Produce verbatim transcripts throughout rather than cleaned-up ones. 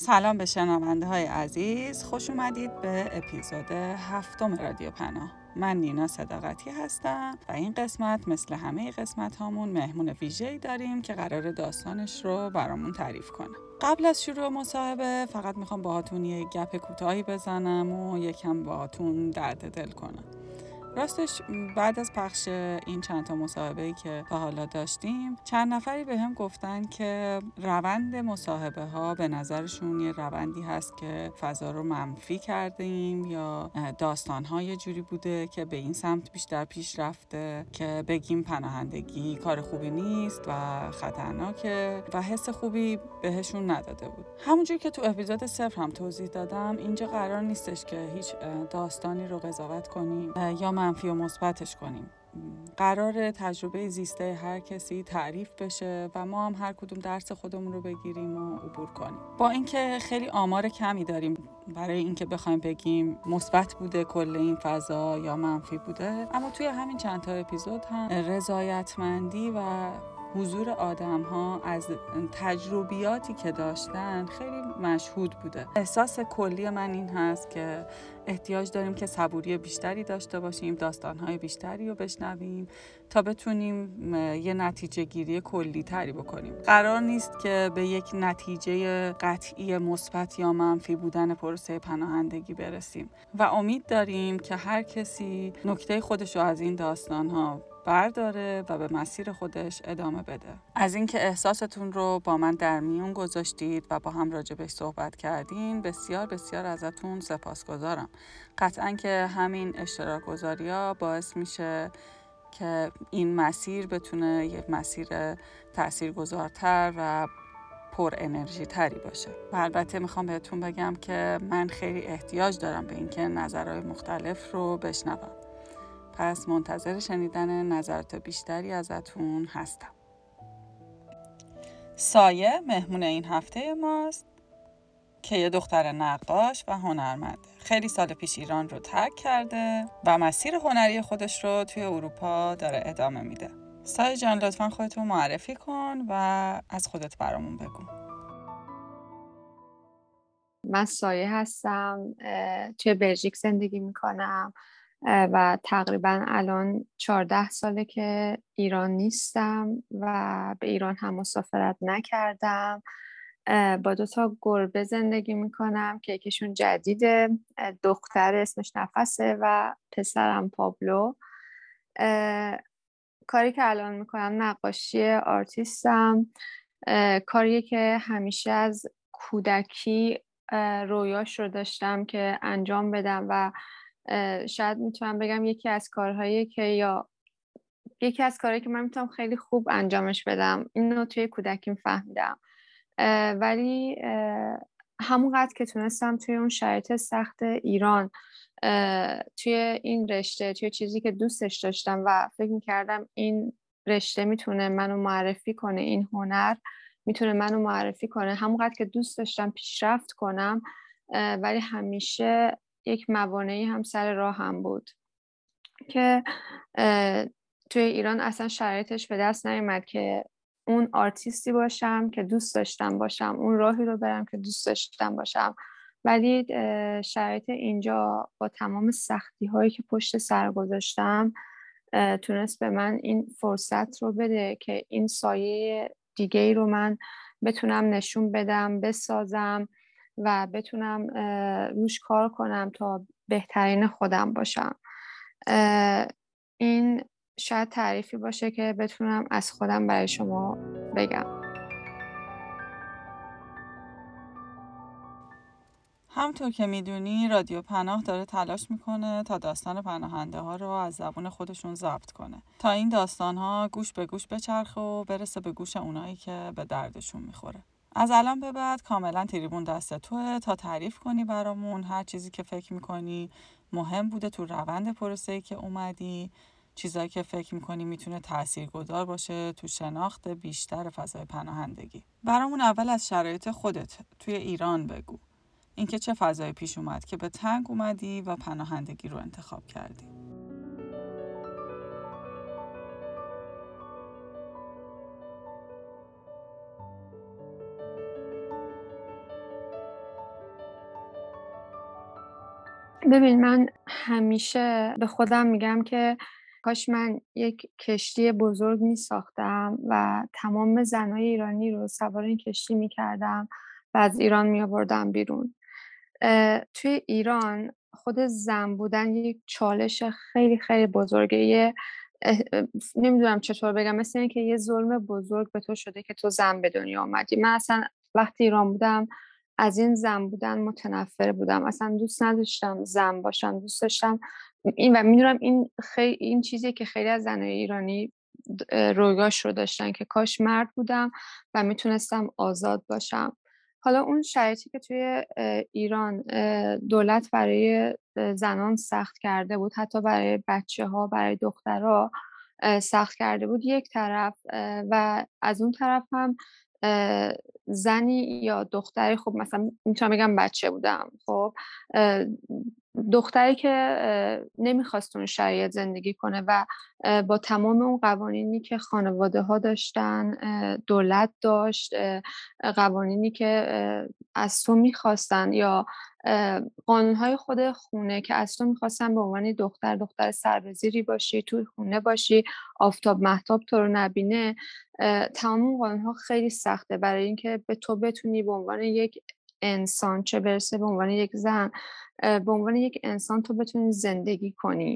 سلام به شنونده های عزیز، خوش اومدید به اپیزود هفتم رادیو پناه. من نینا صداقتی هستم و این قسمت مثل همه قسمت هامون مهمون ویژه‌ای داریم که قرار داستانش رو برامون تعریف کنه. قبل از شروع مصاحبه فقط میخوام باهاتون یه گپ کوتاهی بزنم و یکم باهاتون درد دل کنم. راستش بعد از پخش این چند تا مصاحبه‌ای که تا حالا داشتیم، چند نفری به هم گفتن که روند مصاحبه ها به نظرشون یه روندی هست که فضا رو منفی کردیم یا داستان ها یه جوری بوده که به این سمت بیشتر پیش رفته که بگیم پناهندگی کار خوبی نیست و خطرناکه و حس خوبی بهشون نداده بود. همونجور که تو اپیزود صفر هم توضیح دادم، اینجا قرار نیستش که هیچ داستانی رو قضاوت کنیم یا منفی و مثبتش کنیم. قرار تجربه زیسته هر کسی تعریف بشه و ما هم هر کدوم درس خودمون رو بگیریم و عبور کنیم. با اینکه خیلی آمار کمی داریم برای اینکه بخوایم بگیم مثبت بوده کل این فضا یا منفی بوده، اما توی همین چند تا اپیزود هم رضایتمندی و حضور آدم ها از تجربیاتی که داشتن خیلی مشهود بوده. احساس کلی من این هست که احتیاج داریم که صبوری بیشتری داشته باشیم، داستان‌های بیشتری رو بشنویم تا بتونیم یه نتیجه گیری کلی تری بکنیم. قرار نیست که به یک نتیجه قطعی مثبت یا منفی بودن پروسه پناهندگی برسیم و امید داریم که هر کسی نکته خودش رو از این داستان‌ها برداره و به مسیر خودش ادامه بده. از اینکه احساستون رو با من در میون گذاشتید و با هم راجبش صحبت کردین بسیار بسیار ازتون سپاسگزارم. قطعاً که همین اشتراک گذاری‌ها باعث میشه که این مسیر بتونه یک مسیر تاثیرگذارتر و پر انرژی تری باشه. و البته میخوام بهتون بگم که من خیلی احتیاج دارم به اینکه نظرهای مختلف رو بشنوم. پس منتظر شنیدن نظرات بیشتری ازتون هستم. سایه مهمون این هفته ماست که یه دختر نقاش و هنرمنده. خیلی سال پیش ایران رو ترک کرده و مسیر هنری خودش رو توی اروپا داره ادامه میده. سایه جان لطفاً خودتو معرفی کن و از خودت برامون بگو. من سایه هستم، توی بلژیک زندگی میکنم و تقریبا الان چهارده ساله که ایران نیستم و به ایران هم مسافرت نکردم. با دو تا گربه زندگی میکنم که یکیشون جدیده، دختر اسمش نفسه و پسرم پابلو. کاری که الان میکنم نقاشی آرتیستم، کاریه که همیشه از کودکی رویاش رو داشتم که انجام بدم و شاید میتونم بگم یکی از کارهایی که یا یکی از کارهایی که من میتونم خیلی خوب انجامش بدم. اینو توی کودکیم فهمیدم، ولی همونقدر که تونستم توی اون شرایط سخت ایران توی این رشته، توی چیزی که دوستش داشتم و فکر میکردم این رشته میتونه منو معرفی کنه، این هنر میتونه منو معرفی کنه، همونقدر که دوست داشتم پیشرفت کنم، ولی همیشه یک موانعی هم سر راهم بود که توی ایران اصلا شرایطش به دست نیومد که اون آرتیستی باشم که دوست داشتم باشم، اون راهی رو برم که دوست داشتم باشم. ولی شرایط اینجا با تمام سختی هایی که پشت سر گذاشتم تونست به من این فرصت رو بده که این سایه دیگه ای رو من بتونم نشون بدم، بسازم و بتونم روش کار کنم تا بهترین خودم باشم. این شاید تعریفی باشه که بتونم از خودم برای شما بگم. همونطور که میدونی رادیو پناه داره تلاش میکنه تا داستان پناهنده ها رو از زبون خودشون ضبط کنه تا این داستان ها گوش به گوش بچرخه و برسه به گوش اونایی که به دردشون میخوره. از الان به بعد کاملا تریبون دست توه تا تعریف کنی برامون هر چیزی که فکر میکنی مهم بوده تو روند پروسه‌ای که اومدی، چیزایی که فکر میکنی میتونه تاثیرگذار باشه تو شناخت بیشتر فضای پناهندگی. برامون اول از شرایط خودت توی ایران بگو. اینکه چه فضایی پیش اومد که به تنگ اومدی و پناهندگی رو انتخاب کردی؟ ببین من همیشه به خودم میگم که کاش من یک کشتی بزرگ میساختم و تمام زنای ایرانی رو سوار این کشتی میکردم و از ایران میآوردم بیرون. اه، توی ایران خود زن بودن یک چالش خیلی خیلی بزرگه. یه اه، اه، نمیدونم چطور بگم، مثل اینه که یه ظلم بزرگ به تو شده که تو زن به دنیا آمدی. من اصلا وقتی ایران بودم از این زن بودن متنفر بودم، اصلا دوست نداشتم زن باشم، دوست داشتم این و میدونم این خیلی این چیزیه که خیلی از زنای ایرانی اه، رویاش رو داشتن که کاش مرد بودم و میتونستم آزاد باشم. حالا اون شرایطی که توی ایران دولت برای زنان سخت کرده بود، حتی برای بچه‌ها، برای دخترها سخت کرده بود یک طرف، و از اون طرف هم زنی یا دختری، خب مثلا میتونم بگم بچه بودم، خب دختری که نمیخواست اون شرایط زندگی کنه و با تمام اون قوانینی که خانواده ها داشتن، دولت داشت، قوانینی که از تو میخواستن یا قانونهای خود خونه که از تو میخواستن به عنوان دختر دختر سربزیری باشی، توی خونه باشی، آفتاب مهتاب تو رو نبینه، تمام اون قانونها خیلی سخته برای اینکه به تو بتونی به عنوان یک انسان، چه برسه به عنوان یک زن، به عنوان یک انسان تو بتونی زندگی کنی.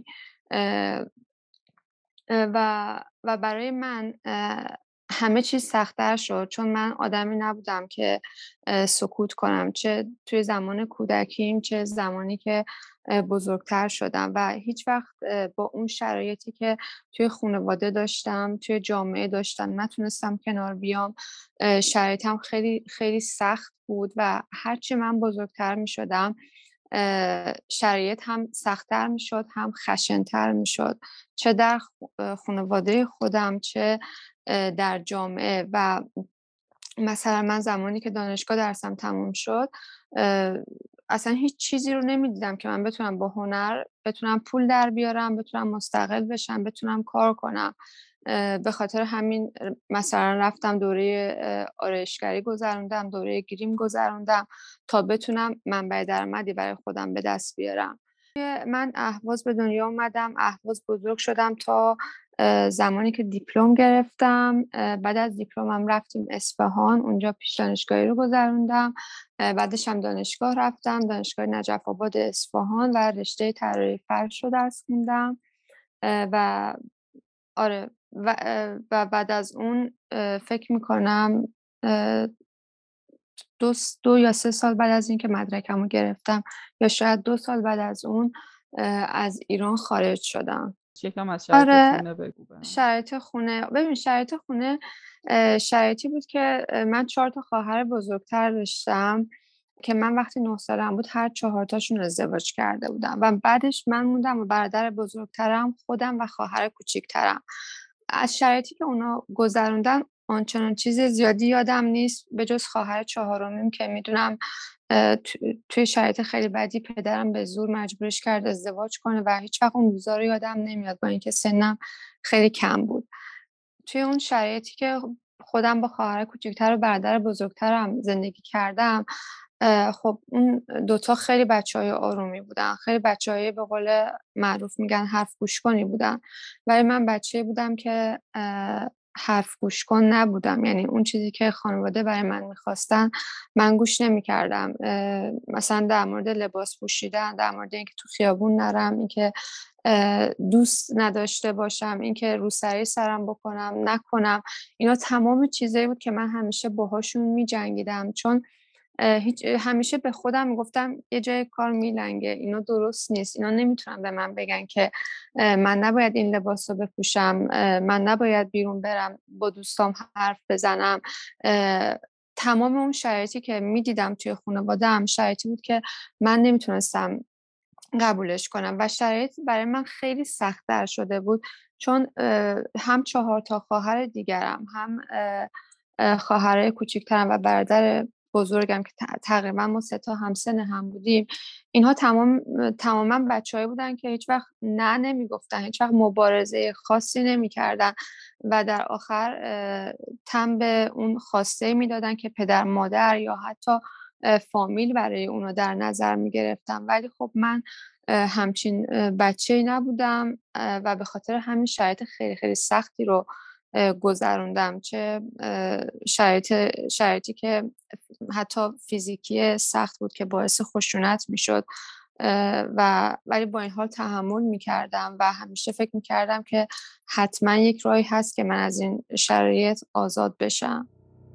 و و برای من همه چیز سخت‌تر شد، چون من آدمی نبودم که سکوت کنم، چه توی زمان کودکیم چه زمانی که بزرگتر شدم، و هیچ وقت با اون شرایطی که توی خانواده داشتم، توی جامعه داشتم، نتونستم کنار بیام. شرایطم خیلی خیلی سخت بود و هرچی من بزرگتر می شدم شرایط هم سخت‌تر می شد، هم خشن‌تر می شد، چه در خانواده خودم چه در جامعه. و مثلا من زمانی که دانشگاه درسم تموم شد اصلا هیچ چیزی رو نمیدیدم که من بتونم با هنر بتونم پول در بیارم، بتونم مستقل بشم، بتونم کار کنم. به خاطر همین مثلا رفتم دوره آرایشگری گذروندم، دوره گریم گذروندم تا بتونم منبع درآمدی برای خودم به دست بیارم. من اهواز به دنیا اومدم، اهواز بزرگ شدم تا زمانی که دیپلم گرفتم. بعد از دیپلمم رفتیم اصفهان، اونجا پیش دانشگاهی رو گذروندم. بعدش هم دانشگاه رفتم، دانشگاه نجف آباد اصفهان و رشته طراحی فرش رو درس خوندم. و آره و, و بعد از اون فکر میکنم دو, دو یا سه سال بعد از اینکه مدرکم رو گرفتم یا شاید دو سال بعد از اون از ایران خارج شدم. یکم از شرایط آره خونه بگو به من. شرایط خونه، ببین شرایط خونه شرایطی بود که من چهار تا خواهر بزرگتر داشتم که من وقتی نه سالم بود هر چهار تاشون ازدواج کرده بودم و بعدش من موندم و برادر بزرگترم، خودم و خواهر کوچیکترم. از شرایطی که اونا گذروندن آنچنان چیز زیادی یادم نیست به جز خواهر چهارمیم که میدونم توی شرایط خیلی بدی پدرم به زور مجبورش کرد ازدواج کنه و هیچ وقت اون روزا رو یادم نمیاد با اینکه سنم خیلی کم بود. توی اون شرایطی که خودم با خواهر کوچیکتر و برادر بزرگترم زندگی کردم، خب اون دوتا خیلی بچهای آرومی بودن، خیلی بچهای به قول معروف میگن حرف گوش کنی بودن، ولی من بچه بودم که حرف گوش کن نبودم. یعنی اون چیزی که خانواده برای من میخواستن من گوش نمیکردم. مثلا در مورد لباس پوشیدن، در مورد اینکه تو خیابون نرم، اینکه دوست نداشته باشم، اینکه روسری سرم بکنم نکنم، اینا تمام چیزایی بود که من همیشه باهاشون میجنگیدم، چون هیچ همیشه به خودم میگفتم یه جای کار میلنگه، اینا درست نیست، اینا نمیتونن به من بگن که من نباید این لباس رو بپوشم، من نباید بیرون برم با دوستام حرف بزنم. تمام اون شرایطی که میدیدم توی خانواده‌ام شرایطی بود که من نمیتونستم قبولش کنم و شرایط برای من خیلی سخت‌تر شده بود، چون هم چهار تا خواهر دیگرم، هم خواهرای کوچیکترم و برادر بزرگم که تقریبا ما سه تا همسن هم بودیم، اینها تمام تماما بچه‌ای بودن که هیچ وقت نه نمیگفتن، هیچ وقت مبارزه خاصی نمیکردن و در آخر تن به اون خواسته میدادن که پدر مادر یا حتی فامیل برای اونو در نظر میگرفتم، ولی خب من همچین بچه‌ای نبودم و به خاطر همین شرایط خیلی خیلی سختی رو گذروندم، چه شرایط شرایطی که حتی فیزیکی سخت بود که باعث خشونت میشد و ولی با این حال تحمل میکردم و همیشه فکر میکردم که حتما یک راهی هست که من از این شرایط آزاد بشم.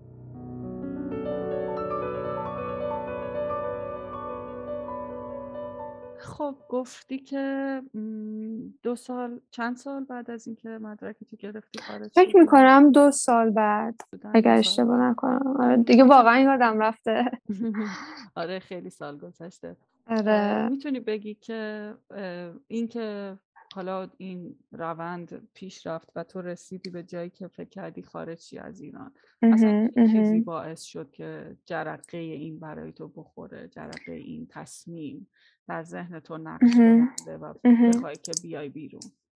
خب گفتی که دو سال چند سال بعد از اینکه مدرکتو گرفتی خارج شدی؟ فکر میکنم دو سال بعد اگر اشتباه نکنم. آره دیگه واقعا یادم رفته. آره خیلی سال گذشته. آره. میتونی بگی که این که حالا این روند پیش رفت و تو رسیدی به جایی که فکر کردی خارج شی از ایران، اصلا چه چیزی باعث شد که جرقه این برای تو بخوره، جرقه این تصمیم در ذهن تو نقش بنده و بخوای که بیای بیرون؟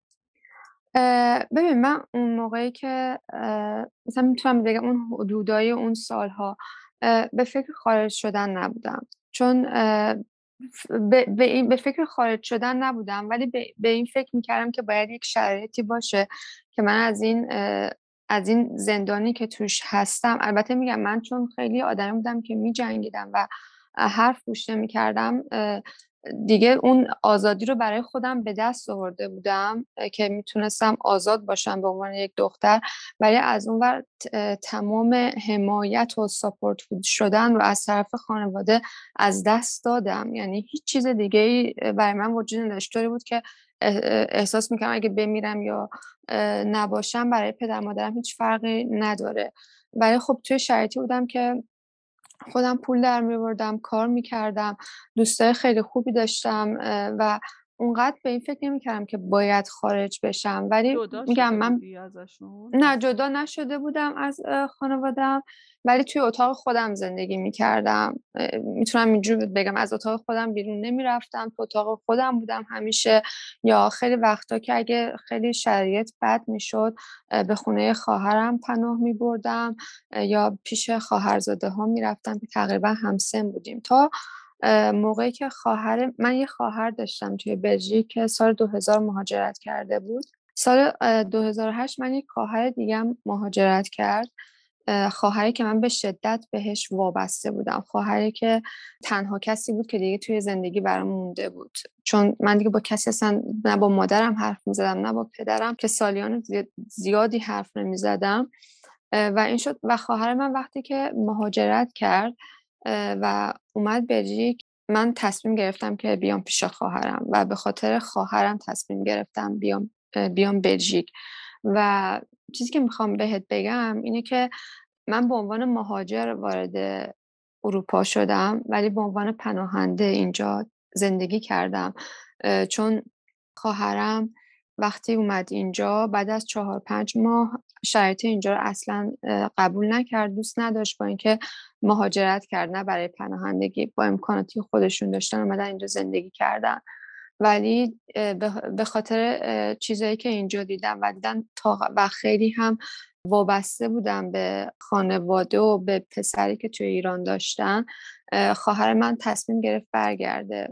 ببین من اون موقعی که مثلا میتونم بگم اون حدودای اون سالها به فکر خارج شدن نبودم، چون به, به, این به فکر خارج شدن نبودم، ولی به, به این فکر میکردم که باید یک شرایطی باشه که من از این از این زندانی که توش هستم، البته میگم من چون خیلی آدمی بودم که میجنگیدم و حرف گوش نمیکردم، دیگه اون آزادی رو برای خودم به دست آورده بودم که میتونستم آزاد باشم به عنوان یک دختر، ولی از اون ور تمام حمایت و ساپورت شدن رو از طرف خانواده از دست دادم. یعنی هیچ چیز دیگه ای برای من وجود نداشت. طوری بود که احساس میکنم اگه بمیرم یا نباشم برای پدر مادرم هیچ فرقی نداره. ولی خب توی شرایطی بودم که خودم پول در می‌آوردم، کار می‌کردم، دوستای خیلی خوبی داشتم و اونقدر به این فکر نمی‌کردم که باید خارج بشم. ولی میگم من نه جدا نشده بودم از خانواده‌ام، ولی توی اتاق خودم زندگی می‌کردم. میتونم اینجوری بگم از اتاق خودم بیرون نمی‌رفتم، تو اتاق خودم بودم همیشه، یا خیلی وقتا که اگه خیلی شرایط بد میشد به خونه خواهرم پناه می‌بردم یا پیش خواهرزاده‌ها می‌رفتم که تقریبا همسن بودیم، تا موقعی که خواهر من یه خواهر داشتم توی بلژیک که سال دو هزار مهاجرت کرده بود. سال دو هزار و هشت من یک خواهر دیگه‌ام مهاجرت کرد، خواهری که من به شدت بهش وابسته بودم، خواهری که تنها کسی بود که دیگه توی زندگی برام مونده بود، چون من دیگه با کسی اصلا نه با مادرم حرف می‌زدم نه با پدرم که سالیان زیادی حرف نمی‌زدم و این شد. و خواهر من وقتی که مهاجرت کرد و اومد بلژیک، من تصمیم گرفتم که بیام پیش خواهرم و به خاطر خواهرم تصمیم گرفتم بیام بیام بلژیک. و چیزی که میخوام بهت بگم اینه که من به عنوان مهاجر وارد اروپا شدم، ولی به عنوان پناهنده اینجا زندگی کردم، چون خواهرم وقتی اومد اینجا بعد از چهار پنج ماه شرایط اینجا رو اصلا قبول نکرد، دوست نداشت، با اینکه مهاجرت کرد نه برای پناهندگی، با امکاناتی خودشون داشتن اومدن اینجا زندگی کردن، ولی به خاطر چیزایی که اینجا دیدم و دیدن تا و خیلی هم وابسته بودم به خانواده و به پسری که توی ایران داشتن، خواهر من تصمیم گرفت برگرده.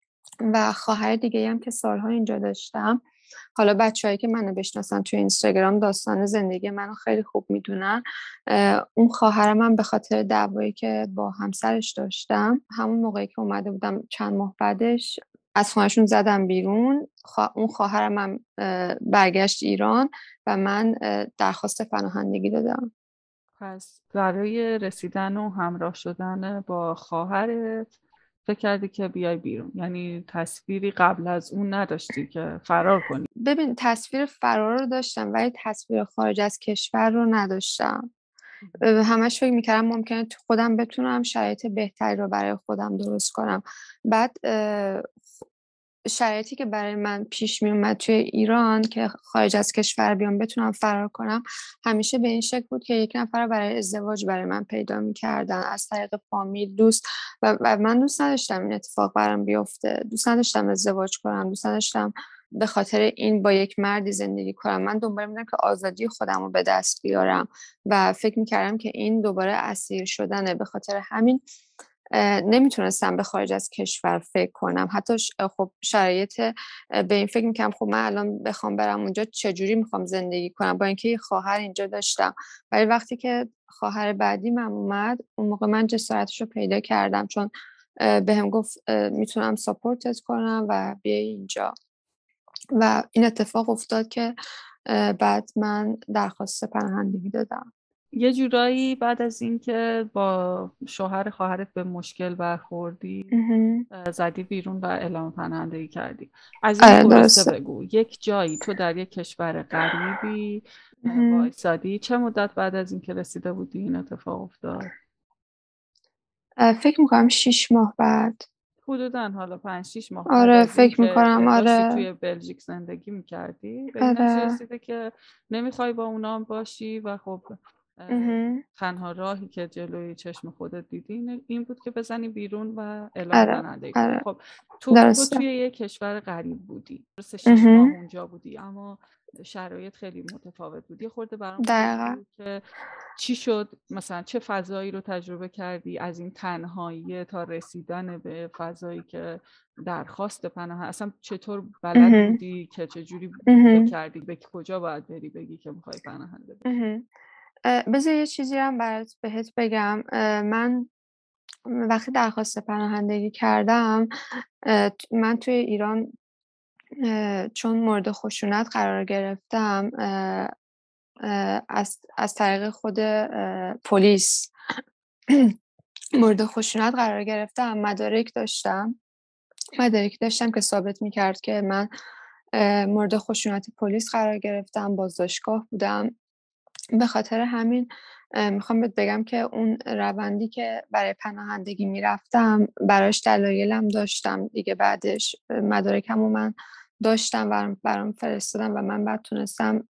و خواهر دیگه هم که سالها اینجا داشتم، حالا بچه‌هایی که منو بشناسن توی اینستاگرام داستان زندگی منو خیلی خوب میدونن، اون خواهر من به خاطر دعوایی که با همسرش داشتم، همون موقعی که اومده بودم چند ماه بعدش از خونهشون زدم بیرون. خوا... اون خواهرم هم برگشت ایران و من درخواست پناهندگی دادم. پس برای رسیدن و همراه شدن با خواهرت فکر کردی که بیای بیرون، یعنی تصویری قبل از اون نداشتی که فرار کنی؟ ببین تصویر فرار رو داشتم ولی تصویر خارج از کشور رو نداشتم. همش فکر میکردم ممکنه تو خودم بتونم شرایط بهتری رو برای خودم درست کنم. بعد شرایطی که برای من پیش می اومد توی ایران که خارج از کشور بیام بتونم فرار کنم، همیشه به این شکل بود که یک نفر برای ازدواج برای من پیدا میکردن از طریق فامیل، دوست، و, و من دوست نداشتم این اتفاق برام بیفته، دوست نداشتم ازدواج کنم، دوست نداشتم به خاطر این با یک مردی زندگی کنم. من دنبال می‌کردم که آزادی خودم رو به دست بیارم و فکر میکردم که این دوباره اسیر شدنه. به خاطر همین نمیتونستم به خارج از کشور فکر کنم. حتی خب شرایط به این فکر میکنم خب من الان بخوام برم اونجا چجوری میخوام زندگی کنم، با اینکه یه خواهر اینجا داشتم. ولی وقتی که خواهر بعدی من اومد، اون موقع من جسارتش رو پیدا کردم، چون بهم گفت میتونم ساپورتت کنم و بیای اینجا. و این اتفاق افتاد که بعد من درخواست پناهندگی دادم. یه جورایی بعد از اینکه با شوهر خواهرت به مشکل برخوردی زدی بیرون و اعلام پناهندگی کردی. از این پروسه بگو. یک جایی تو در یک کشور غریبی وایسادی، چه مدت بعد از اینکه رسیده بودی این اتفاق افتاد؟ فکر میکنم شیش ماه بعد. حدوداً حالا پنج شیش ماه آره بعد از فکر میکنم. آره توی بلژیک زندگی میکردی به این آره. رسیده که نمیخوای با اونام باشی و خب تنها راهی که جلوی چشم خودت دیدی این بود که بزنی بیرون و اعلام پناهندگی کنی. آره. خب تو تو توی یک کشور غریب بودی، درسته شش ماه اونجا بودی، اما شرایط خیلی متفاوت بود. یه خورده برام بگو که چی شد، مثلا چه فضایی رو تجربه کردی از این تنهایی تا رسیدن به فضایی که درخواست پناه، اصلا چطور بلد بودی که چجوری فکر کردی به کجا باید بری بگی که میخوای پناهنده بشی؟ بذار یه چیزی هم برات بهت بگم. من وقتی درخواست پناهندگی کردم، من توی ایران چون مورد خشونت قرار گرفتم از از طریق خود پلیس مورد خشونت قرار گرفتم، مدارک داشتم مدارک داشتم که ثابت میکرد که من مورد خشونت پلیس قرار گرفتم، بازداشتگاه بودم. به خاطر همین میخوام بهت بگم که اون روندی که برای پناهندگی میرفتم براش دلایلم داشتم دیگه. بعدش مدارکمو من داشتم و برام فرستادم و من بعد تونستم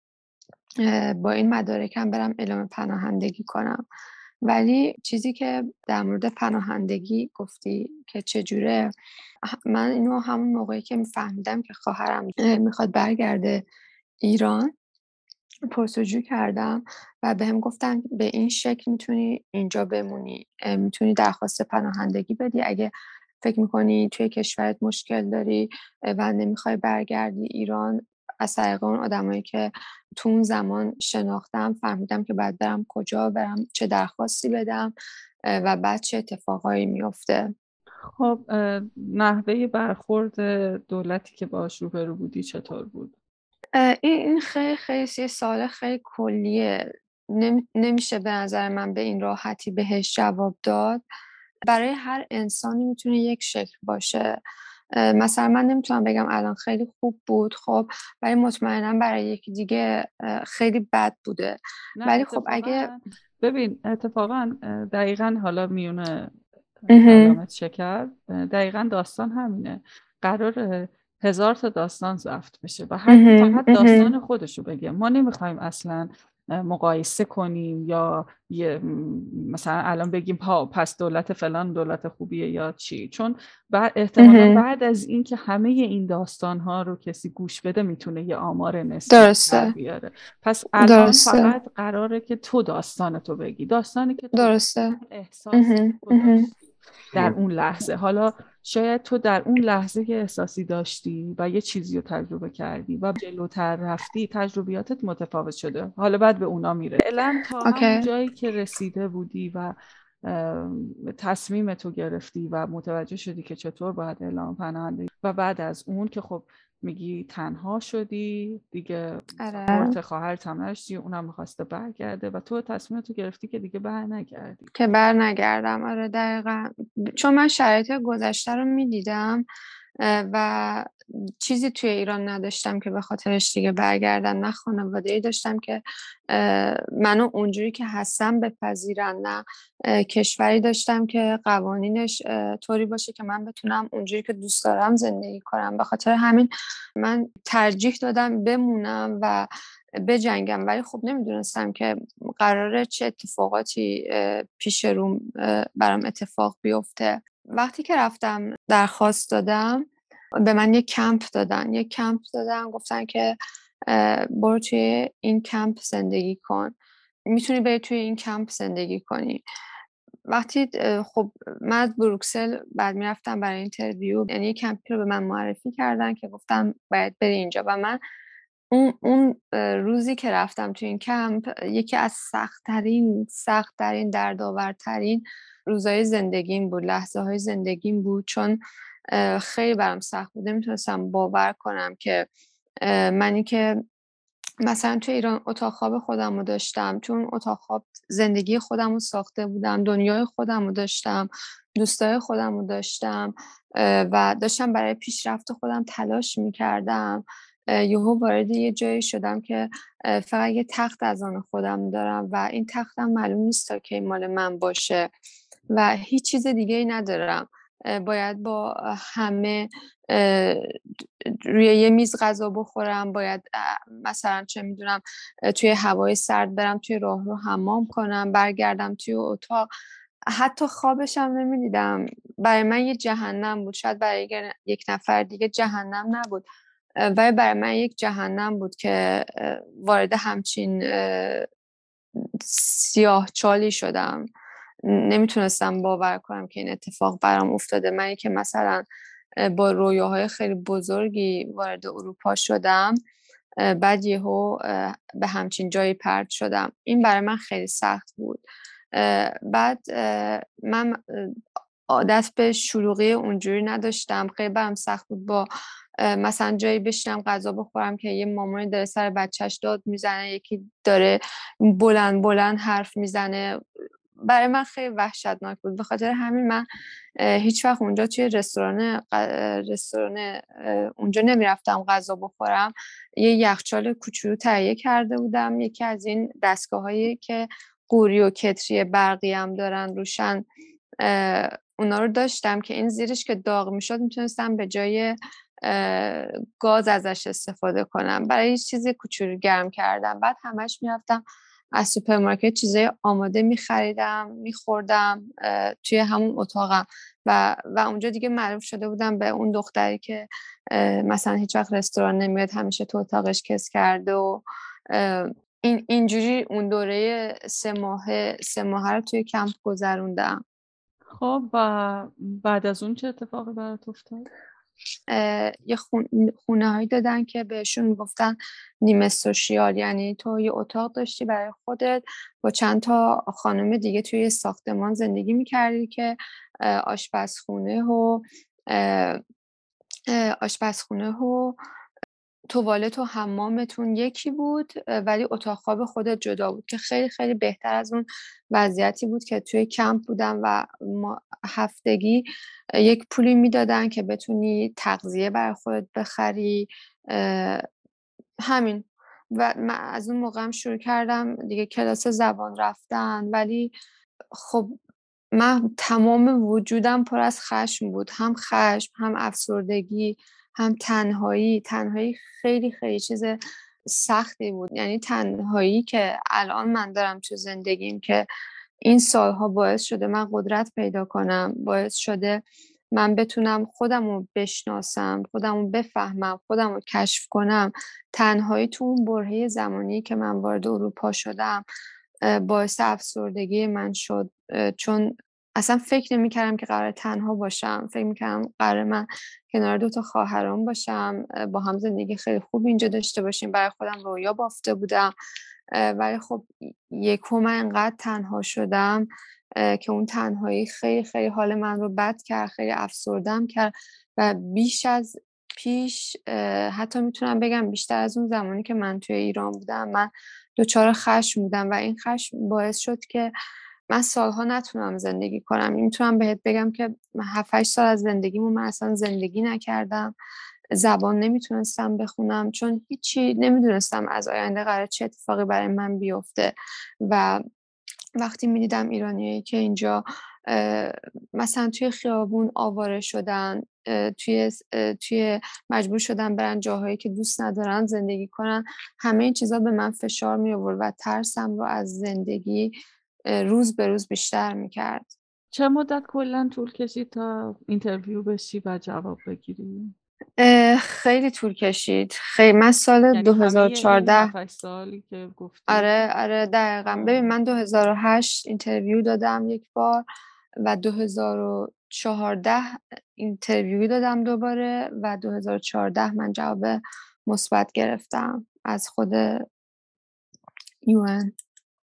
با این مدارکم برم اعلام پناهندگی کنم. ولی چیزی که در مورد پناهندگی گفتی که چجوره، من اینو همون موقعی که میفهمیدم که خواهرم میخواد برگرده ایران پرسجو کردم و بهم گفتن به این شکل میتونی اینجا بمونی، میتونی درخواست پناهندگی بدی اگه فکر میکنی توی کشورت مشکل داری و نمیخوای برگردی ایران. از طریق اون آدمایی که تو اون زمان شناختم فهمیدم که باید برم کجا برم، چه درخواستی بدم و بعد چه اتفاقایی میفته. خب نحوه برخورد دولتی که باهاش روبرو بودی چطور بود؟ این خیلی خیلی یه سوال خیلی کلیه، نمیشه به نظر من به این راحتی بهش جواب داد. برای هر انسانی میتونه یک شکل باشه. مثلا من نمیتونم بگم الان خیلی خوب بود، خب ولی مطمئنا برای یکی دیگه خیلی بد بوده. ولی خب اگه ببین اتفاقا دقیقا حالا میونه علامت شکر دقیقا داستان همینه. قرار هزار تا داستان ضبط بشه و هر کی فقط داستان خودشو بگه. ما نمیخوایم اصلا مقایسه کنیم یا یه مثلا الان بگیم ها پس دولت فلان دولت خوبیه یا چی، چون بعد احتمالا بعد از این که همه این داستان ها رو کسی گوش بده میتونه یه آمار نسبی در بیاره. پس الان درسته. فقط قراره که تو داستانتو بگی، داستانی که تو درسته. احساس در اون لحظه. حالا شاید تو در اون لحظه که احساسی داشتی و یه چیزی رو تجربه کردی و جلوتر رفتی تجربیاتت متفاوت شده، حالا بعد به اونا میره. فعلا تا همون جایی که رسیده بودی و تصمیم تو گرفتی و متوجه شدی که چطور باید اعلام پناهندگی و بعد از اون که خب میگی تنها شدی دیگه، ساپورت خواهرت هم نداشتی، اونم میخواسته برگرده و تو تصمیم تو گرفتی که دیگه بر نگردی که بر نگردم. آره دقیقا، چون من شرایط گذشته رو میدیدم و چیزی توی ایران نداشتم که به خاطرش دیگه برگردن، نه خانواده‌ای داشتم که منو اونجوری که هستم بپذیرن، نه کشوری داشتم که قوانینش طوری باشه که من بتونم اونجوری که دوست دارم زندگی کنم. به خاطر همین من ترجیح دادم بمونم و بجنگم. ولی خب نمیدونستم که قراره چه اتفاقاتی پیش روم برام اتفاق بیفته. وقتی که رفتم درخواست دادم به من یک کمپ دادن یک کمپ دادن گفتن که برو توی این کمپ زندگی کن، میتونی بری توی این کمپ زندگی کنی. وقتی خب من از بروکسل بعد میرفتم برای اینترویو، یعنی یک کمپی رو به من معرفی کردن که گفتم باید بری اینجا و من اون اون روزی که رفتم تو این کمپ یکی از سخت‌ترین سخت‌ترین دردآورترین روزهای زندگیم بود، لحظه های زندگیم بود، چون خیلی برام سخت بود. نمیتونستم باور کنم که منی که مثلا تو ایران اتاق خواب خودم رو داشتم، چون اتاق خواب زندگی خودم رو ساخته بودم، دنیای خودم رو داشتم، دوستای خودم رو داشتم و داشتم برای پیشرفت خودم تلاش میکردم، یهو وارد یه جایی شدم که فقط یه تخت از آن خودم دارم و این تختم معلوم نیست تا کی مال من باشه و هیچ چیز دیگه ای ندارم. باید با همه روی یه میز غذا بخورم، باید مثلا چه میدونم توی هوای سرد برم توی راهرو حمام کنم، برگردم توی اتاق. حتی خوابشم نمیدیدم. برای من یه جهنم بود. شاید برای یک نفر دیگه جهنم نبود، ولی برای من یک جهنم بود که وارد همچین سیاه چالی شدم. نمیتونستم باور کنم که این اتفاق برام افتاده. منی که مثلا با رویاهای خیلی بزرگی وارد اروپا شدم، بعد یهو به همچین جایی پرت شدم. این برای من خیلی سخت بود. بعد من عادت به شلوغی اونجوری نداشتم، خیلی برام سخت بود با مثلا جایی بشینم غذا بخورم که یه مامانی داره سر بچهش داد میزنه، یکی داره بلند بلند حرف میزنه. برای من خیلی وحشتناک بود. به خاطر همین من هیچ وقت اونجا توی رستوران رستوران اونجا نمیرفتم غذا بخورم. یه یخچال کوچولو تهیه کرده بودم، یکی از این دستگاهایی که قوری و کتری برقی هم دارن روشن، اونا رو داشتم که این زیرش که داغ میشد میتونستم به جای گاز ازش استفاده کنم. برای هیچ چیزی کوچولو گرم کردم. بعد همش میرفتم از سوپرمارکت چیزای آماده میخریدم میخوردم توی همون اتاقم و و اونجا دیگه معروف شده بودم به اون دختری که مثلا هیچ وقت رستوران نمیاد، همیشه تو اتاقش کس کرده و این اینجوری اون دوره سه ماهه سه ماهه رو توی کمپ گذروندم. خب و بعد از اون چه اتفاقی برات افتاد؟ یه خونه هایی دادن که بهشون میگفتن نیمه سوشیال، یعنی تو یه اتاق داشتی برای خودت با چند تا خانم دیگه توی ساختمان زندگی میکردی که آشپزخونه و آشپزخونه و توالت و حمامتون یکی بود، ولی اتاق خواب خودت جدا بود، که خیلی خیلی بهتر از اون وضعیتی بود که توی کمپ بودم و ما هفتگی یک پولی میدادن که بتونی تغذیه برای خودت بخری. همین. و من از اون موقع هم شروع کردم دیگه کلاس زبان رفتن، ولی خب من تمام وجودم پر از خشم بود، هم خشم، هم افسردگی، هم تنهایی. تنهایی خیلی خیلی چیز سختی بود. یعنی تنهایی که الان من دارم تو زندگیم که این سالها باعث شده من قدرت پیدا کنم، باعث شده من بتونم خودم رو بشناسم، خودم رو بفهمم، خودم رو کشف کنم. تنهایی تو اون برهه زمانی که من وارد اروپا شدم باعث افسردگی من شد، چون اصلا فکر نمی کردم که قرار تنها باشم. فکر می کردم قرار من کنار دو تا خواهرام باشم، با هم زندگی خیلی خوب اینجا داشته باشیم. برای خودم رویا بافته بودم، ولی خب یکو من انقدر تنها شدم که اون تنهایی خیلی خیلی حال من رو بد کرد، خیلی افسردم کرد و بیش از پیش، حتی میتونم بگم بیشتر از اون زمانی که من توی ایران بودم، من دچار خشم بودم و این خشم باعث شد که من سالها نتونم زندگی کنم. میتونم بهت بگم که هفت هشت سال از زندگیمو من اصلا زندگی نکردم. زبان نمیتونستم بخونم چون هیچی نمیدونستم از آینده قرار چه اتفاقی برای من بیفته. و وقتی میدیدم ایرانیایی که اینجا مثلا توی خیابون آواره شدن، توی توی مجبور شدن برن جاهایی که دوست ندارن زندگی کنن، همه این چیزا به من فشار می آورد و ترسم رو از زندگی روز به روز بیشتر میکرد. چه مدت کلا طول کشید تا اینترویو بشی و جواب بگیری؟ خیلی طول کشید. خیلی من سال یعنی همه این دو هزار و چهارده. هفت سالی که گفتی؟ آره آره دقیقا. ببین من دو هزار و هشت اینترویو دادم یک بار و دو هزار و چهارده اینترویو دادم دوباره و دو هزار و چهارده من جواب مثبت گرفتم از خود یو ان.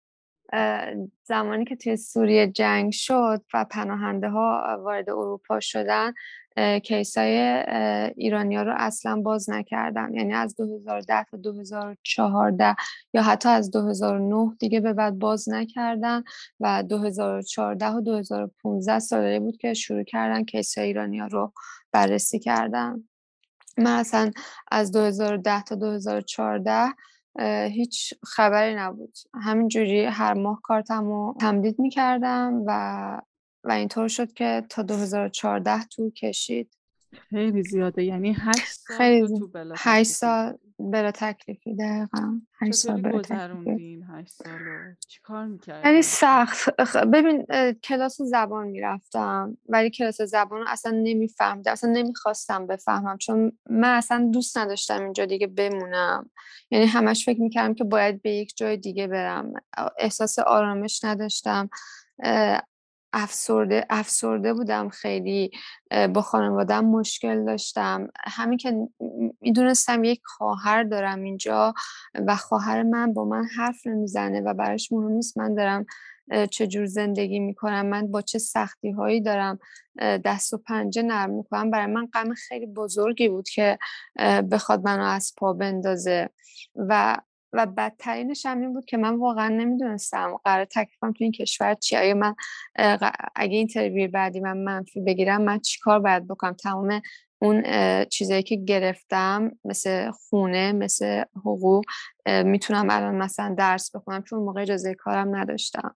زمانی که توی سوریه جنگ شد و پناهنده ها وارد اروپا شدن، کیسای ایرانیا رو اصلا باز نکردن. یعنی از دو هزار و ده تا دو هزار و چهارده یا حتی از دو هزار و نه دیگه به بعد باز نکردن و دو هزار و چهارده و دو هزار و پانزده سالی بود که شروع کردن کیسای ایرانیا رو بررسی کردن. من اصلا از دو هزار و ده تا دو هزار و چهارده هیچ خبری نبود. همینجوری هر ماه کارتمو تمدید میکردم و و اینطور شد که تا دو هزار و چهارده طول کشید. خیلی زیاده، یعنی هشت سال خیلی تو زی- تو بلا هشت تکلیفی سال بودی. بلا تکلیفی. دقیقا هشت سال چطوری بلا تکلیفی. گذروندی این هشت سالو؟ چی کار یعنی میکردی؟ سخت. خ- ببین کلاس زبان میرفتم ولی کلاس زبان رو اصلا نمیفهمیدم، اصلا نمیخواستم بفهمم، چون من اصلا دوست نداشتم اینجا دیگه بمونم. یعنی همش فکر میکردم که باید به یک جای دیگه برم. احساس آرامش نداشتم. اه، افسرده افسرده بودم خیلی. اه، با خانوادم مشکل داشتم. همین که میدونستم یک خواهر دارم اینجا و خواهر من با من حرف نمیزنه و براش مهم نیست من دارم چجور زندگی میکنم، من با چه سختی هایی دارم دست و پنجه نرم میکنم. برای من غم خیلی بزرگی بود که بخواد منو از پا بندازه. و و بدترینش هم این بود که من واقعا نمیدونستم قرار تکلیفم تو این کشور چیه. اگه من اگه اینترویو بعدی من منفی بگیرم من چیکار باید بکنم. تمام اون چیزایی که گرفتم مثل خونه، مثل حقوق، میتونم الان مثلا درس بخونم، چون موقع اجازه کارم نداشتم.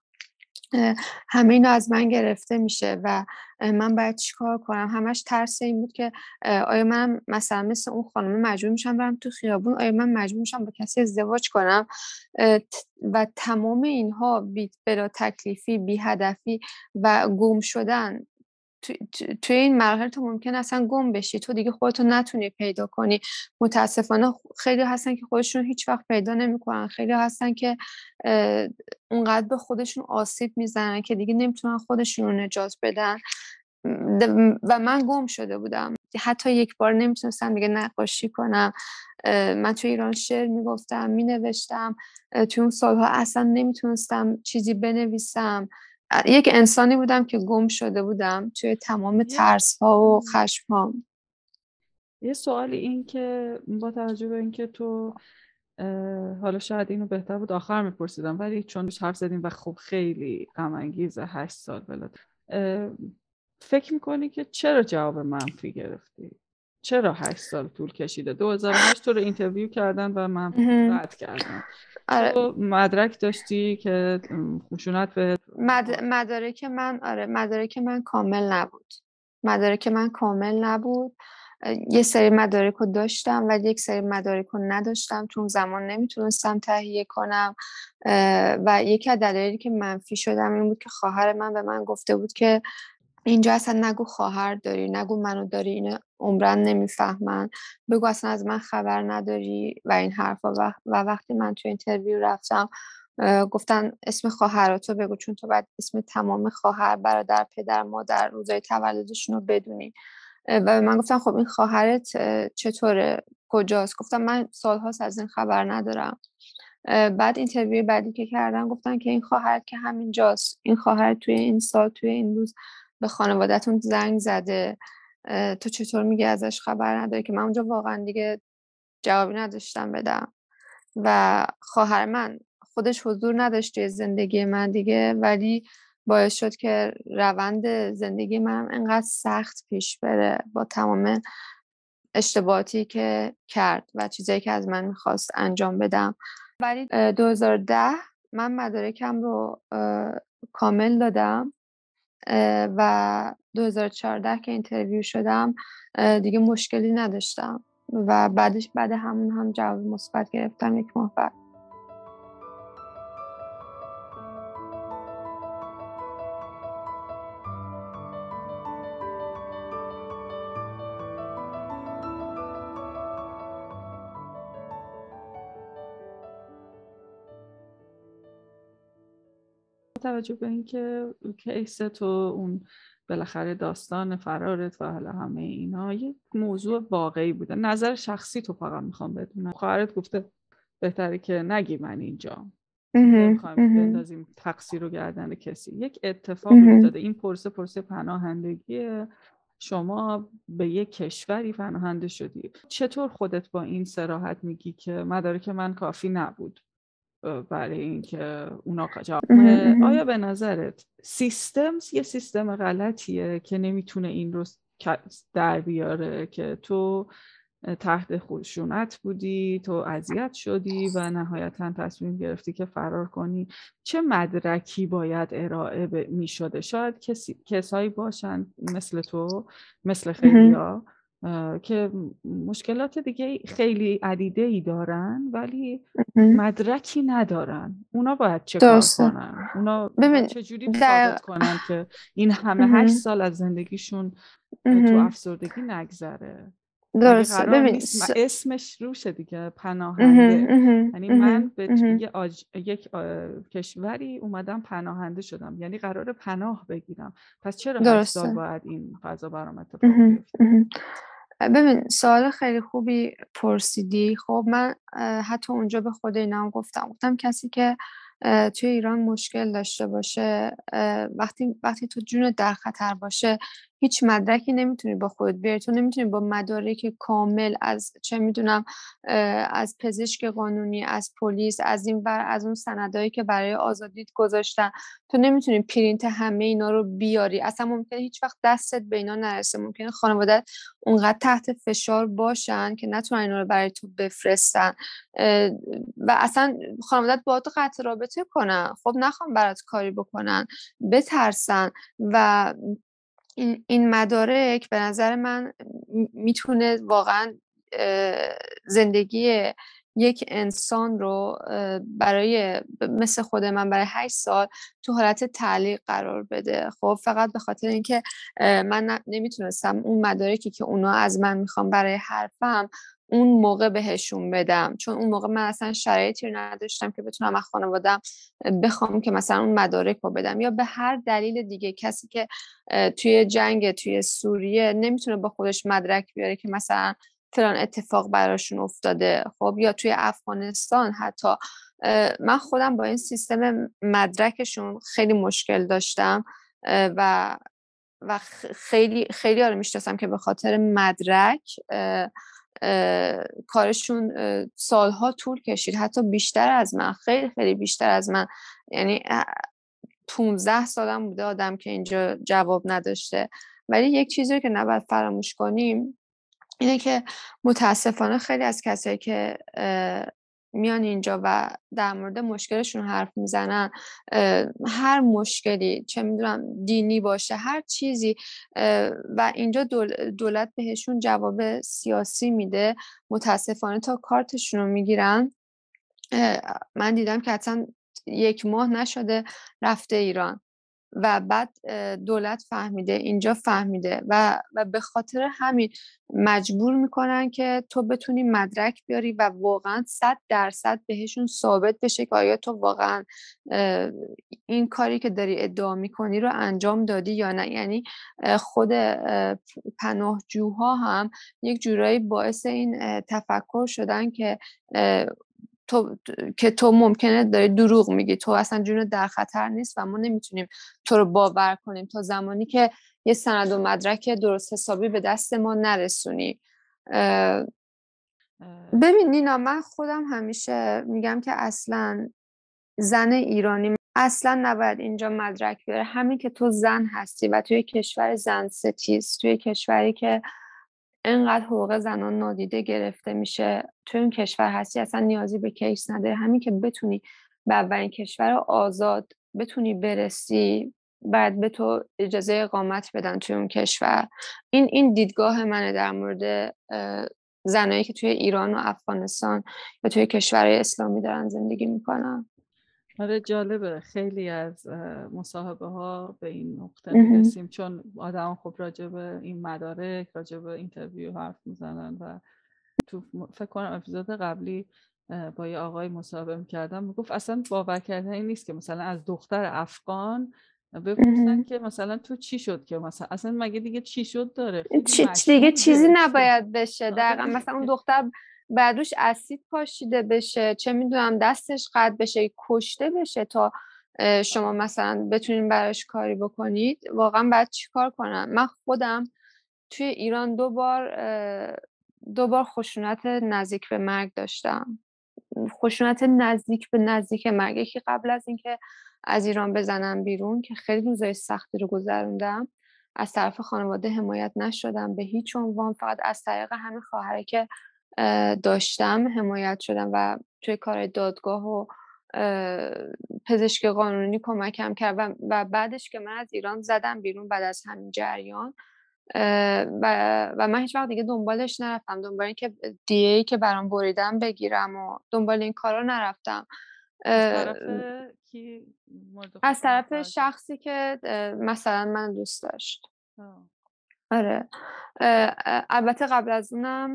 همه اینا از من گرفته میشه و من باید چیکار کنم. همش ترس این بود که آیا من مثلا مثل اون خانم مجبور میشم برم تو خیابون، آیا من مجبور میشم با کسی ازدواج کنم. و تمام اینها بی بلا تکلیفی، بی هدفی و گم شدن. تو تو- توی این مرحله تو ممکن اصلا گم بشی، تو دیگه خودتو نتونی پیدا کنی. متاسفانه خیلی هستن که خودشون هیچ وقت پیدا نمیکنن، خیلی هستن که اه، اونقدر به خودشون آسیب میزنن که دیگه نمیتونن خودشون رو نجات بدن. د- و من گم شده بودم. حتی یک بار نمیتونستم دیگه نقاشی کنم. اه، من توی ایران شعر میگفتم، مینوشتم. توی اون سالها اصلا نمیتونستم چیزی بنویسم. یک انسانی بودم که گم شده بودم توی تمام یه ترس ها و خشم ها. یه سوالی این که با توجه به اینکه تو اه، حالا شاید اینو بهتر بود آخر میپرسیدم، ولی چون حرف زدیم و خب خیلی غم انگیزه هشت سال بلد، فکر میکنی که چرا جواب منفی گرفتی؟ چرا هشت سال طول کشیده؟ دو هزار و هشت تو رو اینترویو کردن و منفی مهم. رد کردن. آره تو مدرک داشتی که خشونت به مد... مدارک من آره مدارک من کامل نبود. مدارک من کامل نبود. اه، یه سری مدارک رو داشتم ولی یک سری مدارک رو نداشتم، چون زمان نمیتونستم تهیه کنم. اه، و یکی از دلایلی که منفی شدم این بود که خواهر من به من گفته بود که اینجا اصلا نگو خواهر داری، نگو منو داری، اینو عمرن نمیفهمن، بگو اصلا از من خبر نداری و این حرفا. و, و وقتی من تو اینترویو رفتم گفتن اسم خواهراتو بگو، چون تو باید اسم تمام خواهر، برادر، پدر، مادر، روزای تولدشون رو بدونی. و به من گفتن خب این خواهرت چطوره، کجاست؟ گفتم من سالهاست از این خبر ندارم. بعد اینترویو بعدی که کردن گفتن که این خواهرت که همینجاست، این خواهر توی این سال توی این روز به خانواده‌تون زنگ زده، تو چطور میگی ازش خبر نداری؟ که من اونجا واقعا دیگه جوابی نداشتم بدم. و خواهر من خودش حضور نداشت توی زندگی من دیگه، ولی باعث شد که روند زندگی من انقدر سخت پیش بره با تمام اشتباهاتی که کرد و چیزایی که از من میخواست انجام بدم. ولی دو هزار و ده من مدارکم رو کامل دادم و دو هزار و چهارده که اینترویو شدم دیگه مشکلی نداشتم و بعدش بعد همون هم جواب مثبت گرفتم یک ماه بعد. توجه به اینکه کیس تو اون بالاخره داستان فرارت و حالا همه اینا یک موضوع واقعی بوده، نظر شخصی تو فقط میخوام بدونم. خواهرت گفته بهتره که نگی من اینجا، نمیخوایم بندازیم تقصیر رو گردن کسی. یک اتفاقی افتاده، این پرسه پرسه پناهندگیه، شما به یک کشوری پناهنده شدی. چطور خودت با این صراحت میگی که مدارک من کافی نبود برای اینکه اونا جواب؟ آیا به نظرت سیستم یه سیستم غلطیه که نمیتونه این رو در بیاره که تو تحت خشونت بودی، تو اذیت شدی و نهایتا تصمیم گرفتی که فرار کنی؟ چه مدرکی باید ارائه می شده؟ شاید کسی کسایی باشن مثل تو، مثل خیلیا که مشکلات دیگه خیلی عدیده ای دارن ولی مدرکی ندارن. اونا باید چه کار کنن؟ اونا باید چجوری ثابت کنن که این همه هشت سال از زندگیشون تو افسردگی نگذره؟ درسته. ببین س... اسمش روشه دیگه، پناهنده. یعنی من به یه آج... یک آ... کشوری اومدم پناهنده شدم، یعنی قراره پناه بگیرم، پس چرا هشت سال باید این فضا برام اتفاق بیفته؟ ببین سوال خیلی خوبی پرسیدی. خب من حتی اونجا به خود اینم گفتم گفتم کسی که توی ایران مشکل داشته باشه، وقتی وقتی تو جون در خطر باشه هیچ مدرکی نمیتونی با خودت بیاری. تو نمیتونی با مدارک کامل از چه میدونم از پزشک قانونی، از پلیس، از این ور از اون سندایی که برای آزادیت گذاشتن، تو نمیتونی پرینت همه اینا رو بیاری. اصلا ممکنه هیچ وقت دستت به اینا نرسه. ممکنه خانواده اونقدر تحت فشار باشن که نتونن اینا رو برای تو بفرستن و اصلا خانواده‌ات با تو قطع رابطه کنن، خب نخوام برات کاری بکنن، بترسن. و این, این مدارک به نظر من میتونه واقعا زندگی یک انسان رو برای مثل خود من برای هشت سال تو حالت تعلیق قرار بده. خب فقط به خاطر اینکه من نمیتونستم اون مدارکی که اونا از من میخوام برای حرفم اون موقع بهشون بدم، چون اون موقع من اصلا شرایطی نداشتم که بتونم از خانواده‌ام بخوام که مثلا اون مدارک رو بدم، یا به هر دلیل دیگه کسی که توی جنگ توی سوریه نمیتونه با خودش مدرک بیاره که مثلا فلان اتفاق براشون افتاده. خب یا توی افغانستان حتی من خودم با این سیستم مدرکشون خیلی مشکل داشتم و و خیلی خیلی آره میشناسم که به خاطر مدرک کارشون سالها طول کشید، حتی بیشتر از من، خیلی خیلی بیشتر از من. یعنی پونزده سالم بوده آدم که اینجا جواب نداشته. ولی یک چیزی که نباید فراموش کنیم اینه که متاسفانه خیلی از کسایی که میان اینجا و در مورد مشکلشون حرف میزنن، هر مشکلی چه میدونم دینی باشه هر چیزی و اینجا دولت بهشون جواب سیاسی میده، متاسفانه تا کارتشون رو میگیرن. من دیدم که اصلا یک ماه نشده رفته ایران و بعد دولت فهمیده، اینجا فهمیده و و به خاطر همین مجبور میکنن که تو بتونی مدرک بیاری و واقعا صد درصد بهشون ثابت بشه که آیا تو واقعا این کاری که داری ادعا میکنی رو انجام دادی یا نه. یعنی خود پناهجوها هم یک جورایی باعث این تفکر شدن که تو که تو ممکنه داری دروغ میگی، تو اصلا جون در خطر نیست و ما نمیتونیم تو رو باور کنیم تا زمانی که یه سند و مدرک درست حسابی به دست ما نرسونی. ببین نینا، من خودم همیشه میگم که اصلا زن ایرانی اصلا نباید اینجا مدرک بیاره. همین که تو زن هستی و توی کشور زن ستیز، توی کشوری که اینقدر حقوق زنان نادیده گرفته میشه، تو این کشور هستی اصلا نیازی به کیس نداره. همین که بتونی به اولین کشور آزاد بتونی برسی، بعد به تو اجازه اقامت بدن توی اون کشور. این این دیدگاه منه در مورد زنایی که توی ایران و افغانستان و توی کشورهای اسلامی دارن زندگی میکنن. آره جالبه، خیلی از مصاحبه ها به این نقطه میرسیم چون آدم خب راجع به این مدارک، راجع به اینترویو حرف میزنن و تو فکر کنم اپیزود قبلی با یه آقای مصاحبه می‌کردم، میگفت اصلا باور کردنی نیست که مثلا از دختر افغان بپرسن که مثلا تو چی شد که مثلا اصلا مگه دیگه چی شد داره، خیلی چی دیگه چیزی مشهوده. نباید بشه. دقیقا مثلا اون دختر بعدوش اسید پاشیده بشه، چه میدونم دستش قطع بشه، کشته بشه تا شما مثلا بتونین براش کاری بکنید. واقعا باید چیکار کنم؟ من خودم توی ایران دو بار دو بار خشونت نزدیک به مرگ داشتم. خشونت نزدیک به نزدیک مرگ. یکی قبل از اینکه از ایران بزنم بیرون که خیلی روزای سختی رو گذروندم، از طرف خانواده حمایت نشدم به هیچ عنوان، فقط از طریق همین خواهره که داشتم حمایت شدم و توی کار دادگاه و پزشک قانونی کمکم کرد و, و بعدش که من از ایران زدم بیرون بعد از همین جریان و, و من هیچ وقت دیگه دنبالش نرفتم، دنبال این که دیه که برام بریدم بگیرم و دنبال این کارا نرفتم. از طرف کی؟ از طرف شخصی که مثلا من دوست داشت. آه. آره. البته قبل از اونم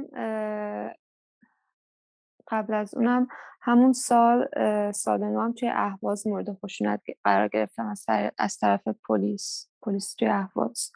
قبل از اونم همون سال سال نو هم توی اهواز مورد خشونت قرار گرفتم از, از طرف پلیس پلیس توی اهواز.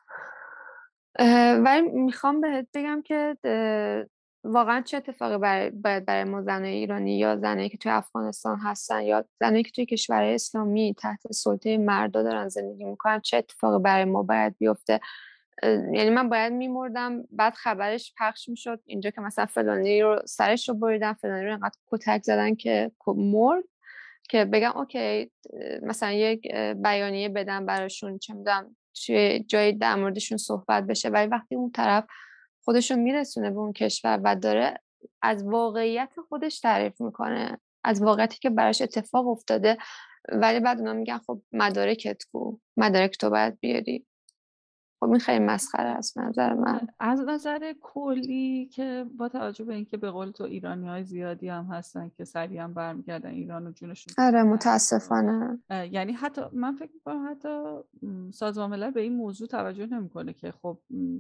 ولی میخوام بهت بگم که واقعا چه اتفاقی برای باید برای ما زنای ایرانی یا زنایی که توی افغانستان هستن یا زنایی که توی کشورهای اسلامی تحت سلطه مردا دارن زندگی میکنن، چه اتفاقی برای ما باید بیفته؟ یعنی من باید میمردم بعد خبرش پخش میشد اینجا که مثلا فلانی رو سرش رو بریدن، فلانی رو اینقدر کتک زدن که مرد، که بگم اوکی مثلا یک بیانیه بدم براشون، چه میدونم توی جایی در موردشون صحبت بشه. ولی وقتی اون طرف خودشون میرسونه به اون کشور و داره از واقعیت خودش تعریف میکنه، از واقعیتی که براش اتفاق افتاده، ولی بعد اونا میگن خب مدارکت کو، مدارک تو باید بیاری. خب این خیلی مسخره است نظر من. از نظر کلی که با توجه به اینکه به قول تو ایرانی‌های زیادی هم هستن که سریعا برمیگردن ایران و جونشون. آره متاسفانه. یعنی حتی من فکر می‌کنم حتی سازمان ملل به این موضوع توجه نمی‌کنه که خب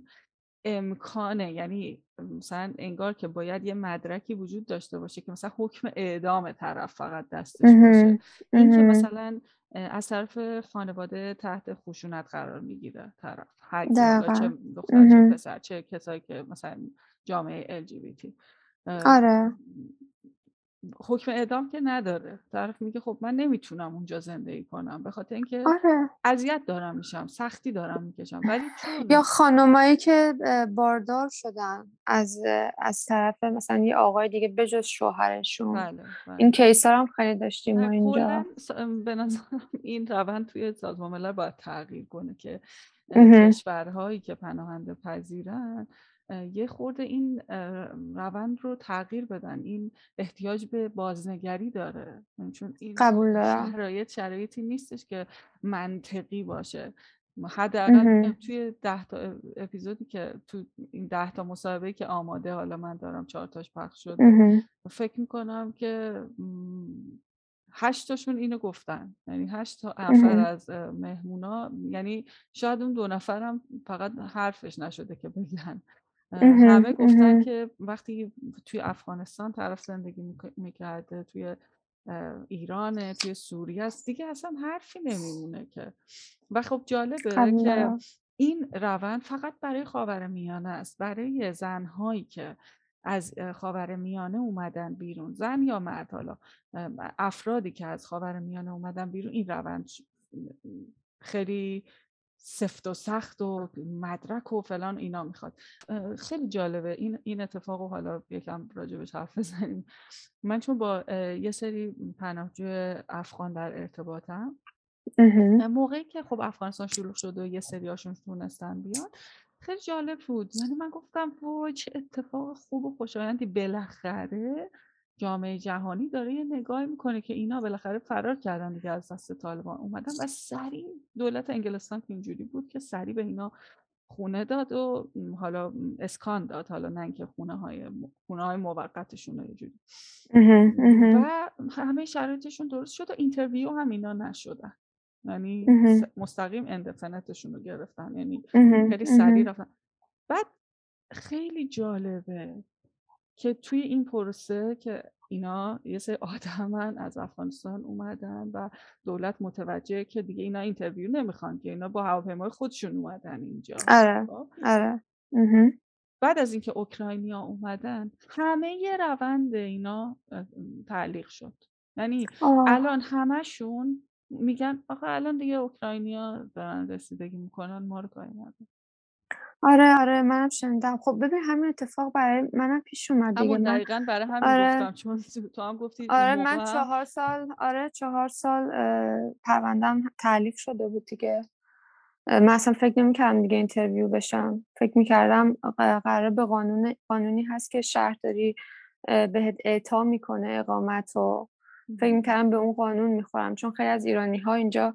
امکانه، یعنی مثلا انگار که باید یه مدرکی وجود داشته باشه که مثلا حکم اعدام طرف فقط دستش باشه. این که مثلا از طرف خانواده تحت خشونت قرار میگیره طرف، هر کی، حالا چه دختر چه پسر چه کسایی که مثلا جامعه ال جی بی تی، آره حکم اعدام که نداره، طرف میگه خب من نمیتونم اونجا زندگی کنم به خاطر اینکه آره. اذیت دارم میشم، سختی دارم میکشم. ولی چون یا خانمایی که باردار شدن از از طرف مثلا یه آقای دیگه بجز شوهرشون. بله، بله. این کیسا هم خیلی داشتیم ما اینجا. کلاً به نظرم این روند توی سازمان ملل باید تغییر کنه که کشورهایی که پناهنده پذیرن یه خورده این روند رو تغییر بدن. این احتیاج به بازنگری داره، چون این قبول دارم. شرایط شرایطی نیستش که منطقی باشه. حداقل توی ده تا اپیزودی که تو این ده تا مصاحبه‌ای که آماده حالا من دارم چهار تاش پخش شده، فکر میکنم که هشت تاشون اینو گفتن، یعنی هشت تا نفر از مهمونا، یعنی شاید اون دو نفرم فقط حرفش نشده که بگن، همه گفتن که وقتی توی افغانستان طرف زندگی میکرده، توی ایرانه، توی سوریه است، دیگه اصلا حرفی نمیمونه که. و خب جالبه که این روند فقط برای خاورمیانه است، برای زنهایی که از خاورمیانه اومدن بیرون، زن یا مرد، حالا افرادی که از خاورمیانه اومدن بیرون، این روند خیلی سفت و سخت و مدرک و فلان اینا میخواد. خیلی جالبه این این اتفاقو حالا یکم راجبش حرف بزنیم. من چون با یه سری پناهجو افغان در ارتباطم، موقعی که خب افغانستان شروع شد و یه سریاشون تونستن بیان، خیلی جالب بود. یعنی من گفتم وای چه اتفاق خوب و خوشایندی، بالاخره جامعه جهانی داره یه نگاهی میکنه که اینا بالاخره فرار کردن دیگه، از دست طالبان اومدن و سریع دولت انگلستان که اینجوری بود که سریع به اینا خونه داد و حالا اسکان داد، حالا نه اینکه خونه های خونه های موقتشون یه جوری، و همه شرایطشون درست شد و اینترویو هم اینا نشدن، یعنی مستقیم اندفنتشون رو گرفتن، یعنی خیلی سریع رفتن. بعد خیلی جالبه که توی این پروسه که اینا یه سری آدمن از افغانستان اومدن و دولت متوجه که دیگه اینا اینترویو نمیخوان، که اینا با هواپیمای خودشون اومدن اینجا. آره آره مهم. بعد از اینکه اوکراینیا اومدن همه یه روند اینا تعلیق شد. یعنی الان همشون میگن آخه الان دیگه اوکراینیا دارن رسیدگی میکنن، ما رو کاری نداره. آره آره منم شنیدم. خب ببین همین اتفاق برای منم پیش اومد دیگه. همون من دقیقاً برای همین آره گفتم، چون تو هم گفتی آره اون موقع من چهار سال آره چهار سال پروندم تعلیق شده بود دیگه. من اصلا فکر نمی‌کردم دیگه اینترویو بشم. فکر می‌کردم قراره به قانون قانونی هست که شهرداری بهت اعطا میکنه اقامت و فکر می‌کردم به اون قانون میخورم، چون خیلی از ایرانی‌ها اینجا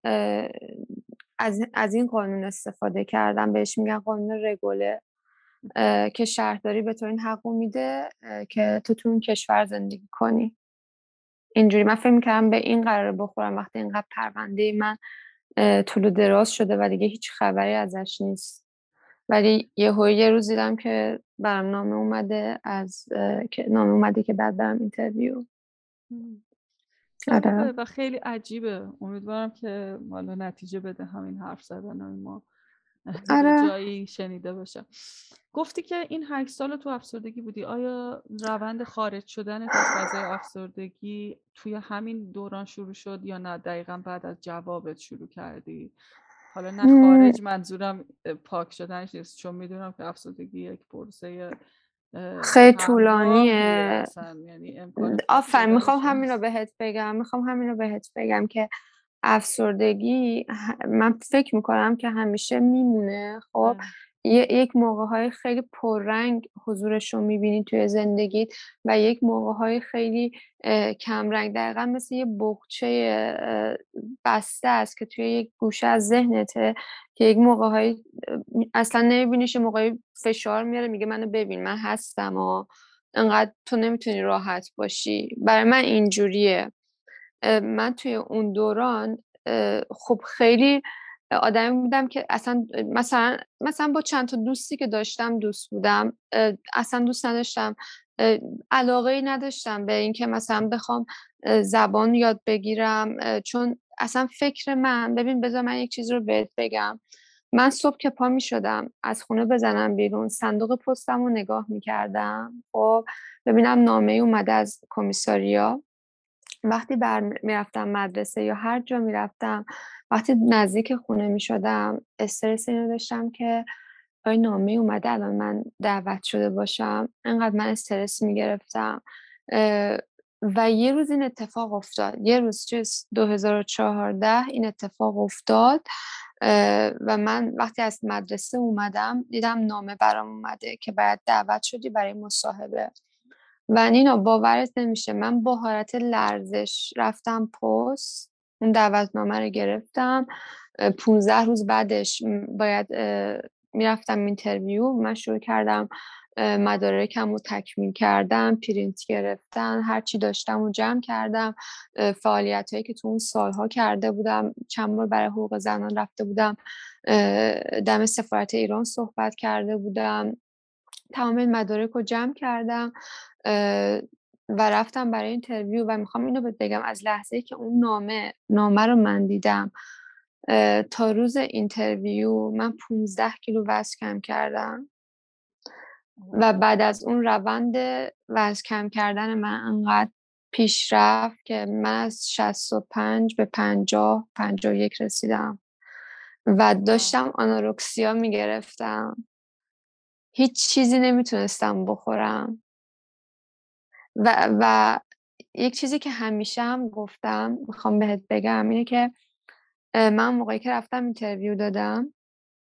از از این قانون استفاده کردن. بهش میگن قانون رگوله که شهرداری به تو این حقو میده که تو تو اون کشور زندگی کنی. اینجوری من فکر می‌کردم به این قراره بخورم وقتی اینقدر پرونده من طول و دراز شده و دیگه هیچ خبری ازش نیست. ولی یهو یه روز دیدم که برام نامه اومده از که نامه اومده که بعد برم اینترویو. آره و خیلی عجیبه. امیدوارم که حالا نتیجه بده همین حرف زدن ما آره. یه جایی شنیده باشه. گفتی که این هشت سال تو افسردگی بودی، آیا روند خارج شدن از فضای افسردگی توی همین دوران شروع شد یا نه دقیقاً بعد از جوابت شروع کردی؟ حالا نه خارج منظورم پاک شدنش نیست، چون میدونم که افسردگی یک پروسه خیلی طولانیه. یعنی آفرین میخوام همین رو بهت بگم میخوام همین رو بهت بگم که افسردگی من فکر میکنم که همیشه میمونه. خب یک موقع‌های خیلی پررنگ حضورش رو میبینی توی زندگیت و یک موقع‌های خیلی کمرنگ، دقیقا مثل یه بغچه بسته است که توی یک گوشه از ذهنته که یک موقع‌های اصلا نمیبینیش، موقعی فشار میاره میگه منو ببین من هستم و انقدر تو نمیتونی راحت باشی. برای من اینجوریه. من توی اون دوران خب خیلی آدمی بودم که اصلا مثلا مثلا با چند تا دوستی که داشتم دوست بودم، اصلا دوست نداشتم، علاقه‌ای نداشتم به اینکه مثلا بخوام زبان یاد بگیرم، چون اصلا فکر من ببین بذار من یک چیز رو بهت بگم. من صبح که پا می شدم از خونه بزنم بیرون، صندوق پستم رو نگاه می کردم خب ببینم نامه اومده از کمیساریا. وقتی بر می رفتم مدرسه یا هر جا می رفتم، وقتی نزدیک خونه می شدم استرس اینو داشتم که آیا نامه اومده الان من دعوت شده باشم. انقدر من استرس می گرفتم. و یه روز این اتفاق افتاد، یه روز چیز دو هزار و چهارده این اتفاق افتاد و من وقتی از مدرسه اومدم دیدم نامه برام اومده که باید دعوت شدی برای مصاحبه. و نینا باورت نمیشه من با حالت لرزش رفتم پست، اون دعوتنامه رو گرفتم. پونزده روز بعدش باید میرفتم اینترویو. من شروع کردم مدارکم رو تکمیل کردم، پرینت گرفتن، هر چی داشتم رو جمع کردم. فعالیت هایی که تو اون سالها کرده بودم، چند بار برای حقوق زنان رفته بودم، دم سفارت ایران صحبت کرده بودم، تمام این مدارک رو جمع کردم و رفتم برای اینترویو. و میخوام اینو بهت بگم از لحظه‌ای که اون نامه نامه رو من دیدم تا روز اینترویو من پونزده کیلو وزن کم کردم. و بعد از اون روند وزن کم کردن من انقدر پیش رفت که من از شصت و پنج به پنجاه پنجاه و یک رسیدم و داشتم آنورکسیا میگرفتم. هیچ چیزی نمیتونستم بخورم و و یک چیزی که همیشه هم گفتم میخوام بهت بگم اینه که من موقعی که رفتم اینترویو دادم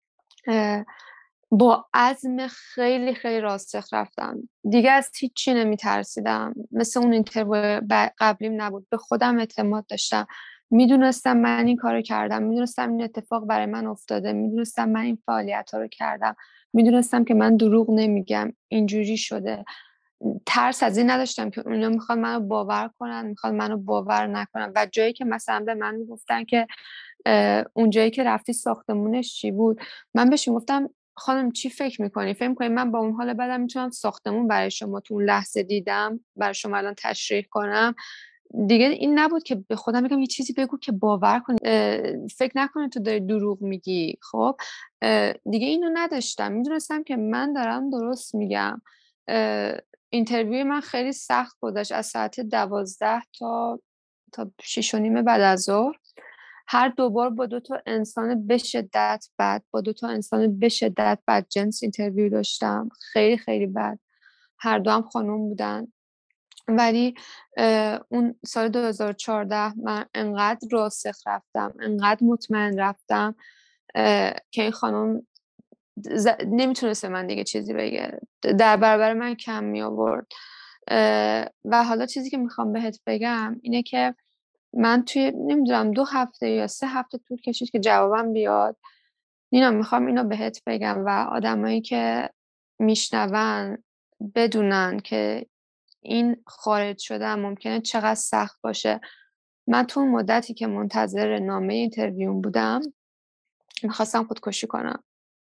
با عزم خیلی خیلی راسخ رفتم، دیگه از هیچی نمیترسیدم. مثل اون اینترویو قبلیم نبود، به خودم اعتماد داشتم، میدونستم من این کارو کردم، میدونستم این اتفاق برای من افتاده، میدونستم من این فعالیت ها رو کردم، میدونستم که من دروغ نمیگم، اینجوری شده. ترس از این نداشتم که اونا میخوان منو باور کنن، میخوان منو باور نکنن. و جایی که مثلا به من میگفتن که اون جایی که رفتی ساختمونش چی بود، من بهش میگفتم خانم چی فکر میکنی؟ فکر میکنی من با اون حال بدم میتونم ساختمون برای شما تو اون لحظه دیدم برای شما الان تشریح کنم؟ دیگه این نبود که به خودم بگم یه چیزی بگو که باور کنی، فکر نکنی تو داری دروغ میگی. خب دیگه اینو نداشتم، میدونستم که من دارم درست میگم. اینترویو من خیلی سخت گذشت، از ساعت دوازده تا تا شیش و نیم بعد از ظهر. هر دوبار با دو تا انسان به شدت بد با دو تا انسان به شدت بد جنس اینترویو داشتم، خیلی خیلی بد. هر دو هم خانم بودن. ولی اون سال دو هزار و چهارده من انقدر راسخ رفتم، انقدر مطمئن رفتم که این خانم ز... نمیتونست من دیگه چیزی بگه، در برابر من کم می آورد. و حالا چیزی که میخوام بهت بگم اینه که من توی نمیدونم دو هفته یا سه هفته طول کشید که جوابم بیاد. نینا میخوام اینو بهت بگم و آدمایی که میشنون بدونن که این خارج شدن ممکنه چقدر سخت باشه. من تو مدتی که منتظر نامه اینترویوم بودم میخواستم خودکشی کنم،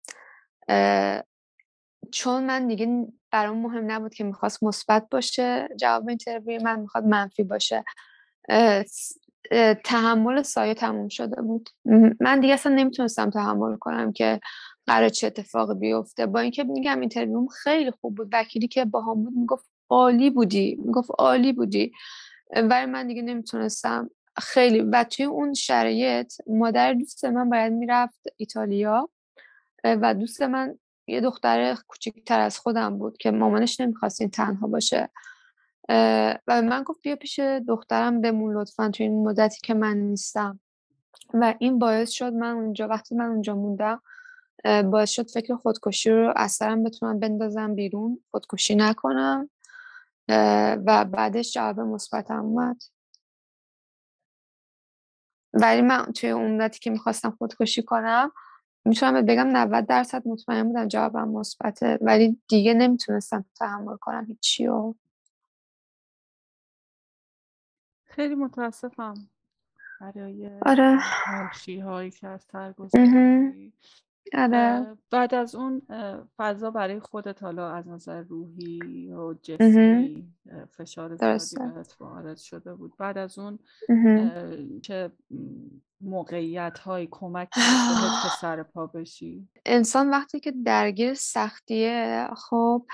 چون من دیگه برام مهم نبود که میخواست مثبت باشه جواب اینترویو من، میخواد منفی باشه. تحمل سایه تموم شده بود. من دیگه اصلا نمیتونستم تحمل کنم که قرار چه اتفاقی بیفته. با اینکه میگم اینترویوم خیلی خوب بود، وکیلی که باهام بود میگفت عالی بودی، میگفت عالی بودی، ولی من دیگه نمیتونستم. خیلی و توی اون شرایط مادر دوست من باید میرفت ایتالیا و دوست من یه دختر کوچیک‌تر از خودم بود که مامانش نمیخواست این تنها باشه و من گفت بیا پیش دخترم بمون لطفاً توی این مدتی که من نیستم. و این باعث شد من اونجا وقتی من اونجا موندم باعث شد فکر خودکشی رو از سرم بتونم بندازم بیرون، خودکشی نکنم و بعدش جواب مثبتم اومد. ولی من توی اون مدتی که میخواستم خودکشی کنم میتونم بگم نود درصد مطمئن بودم جوابم مثبته، ولی دیگه نمیتونستم تحمل کنم هیچی. و خیلی متاسفم برای آره حالشی هایی که از سر گذشتی. آره بعد از اون فضا برای خودت حالا از نظر روحی و اها. جسمی فشار زیادی درسته. بهت وارد شده بود. بعد از اون اها. چه موقعیت هایی کمک کرد بهت که سر پا بشی؟ انسان وقتی که درگیر سختیه خب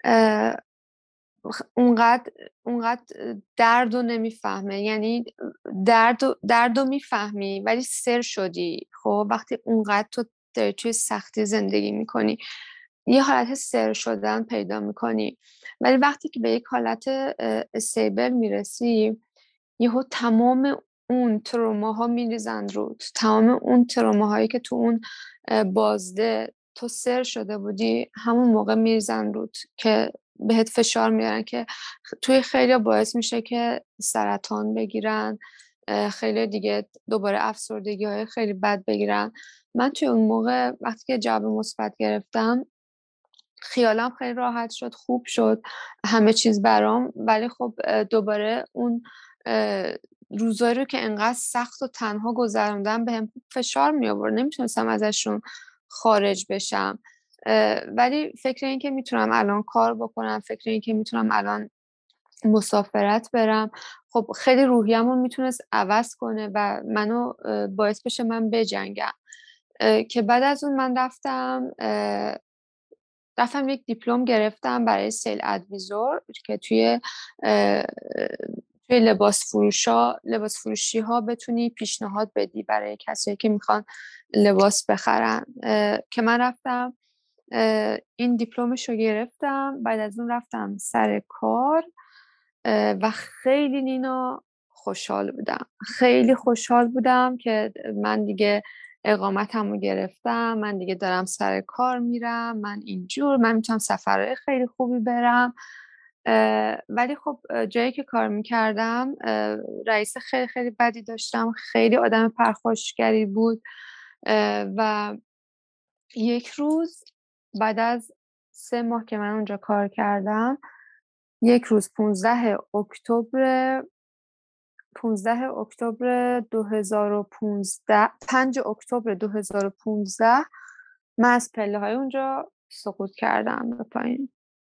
اونقدر اونقدر درد رو نمیفهمه، یعنی درد و درد رو میفهمی ولی سر شدی. خب وقتی اونقدر تو داری توی سختی زندگی میکنی یه حالت سر شدن پیدا میکنی، ولی وقتی که به یک حالت استیبل میرسی یهو تمام اون تروماها میریزن رود، تمام اون تروماهایی که تو اون بازده تو سر شده بودی همون موقع میریزن رود که بهت فشار میارن که توی خیلی باعث میشه که سرطان بگیرن، خیلی دیگه دوباره افسردگی های خیلی بد بگیرن. من توی اون موقع وقتی که جواب مثبت گرفتم خیالم خیلی راحت شد، خوب شد همه چیز برام، ولی خب دوباره اون روزایی رو که انقدر سخت و تنها گذروندم به هم فشار می آورد، نمیتونستم ازشون خارج بشم. ولی فکر این که میتونم الان کار بکنم، فکر این که میتونم الان مسافرت برم، خب خیلی روحیه‌مو میتونست عوض کنه و منو باعث بشه من بجنگم. که بعد از اون من رفتم رفتم یک دیپلم گرفتم برای سیل ادویزور که توی توی لباس فروشا لباس فروشی ها بتونی پیشنهاد بدی برای کسایی که میخوان لباس بخرن. که من رفتم این دیپلمش رو گرفتم، بعد از اون رفتم سر کار و خیلی نینا خوشحال بودم، خیلی خوشحال بودم که من دیگه اقامتم رو گرفتم، من دیگه دارم سر کار میرم، من اینجور من میتونم سفرهای خیلی خوبی برم. ولی خب جایی که کار میکردم رئیس خیلی خیلی بدی داشتم، خیلی آدم پرخاشگری بود و یک روز بعد از سه ماه که من اونجا کار کردم یک روز پانزده اکتبر پانزده اکتبر دو هزار و پانزده پنج اکتبر دو هزار و پانزده من از پله های اونجا سقوط کردم به پایین.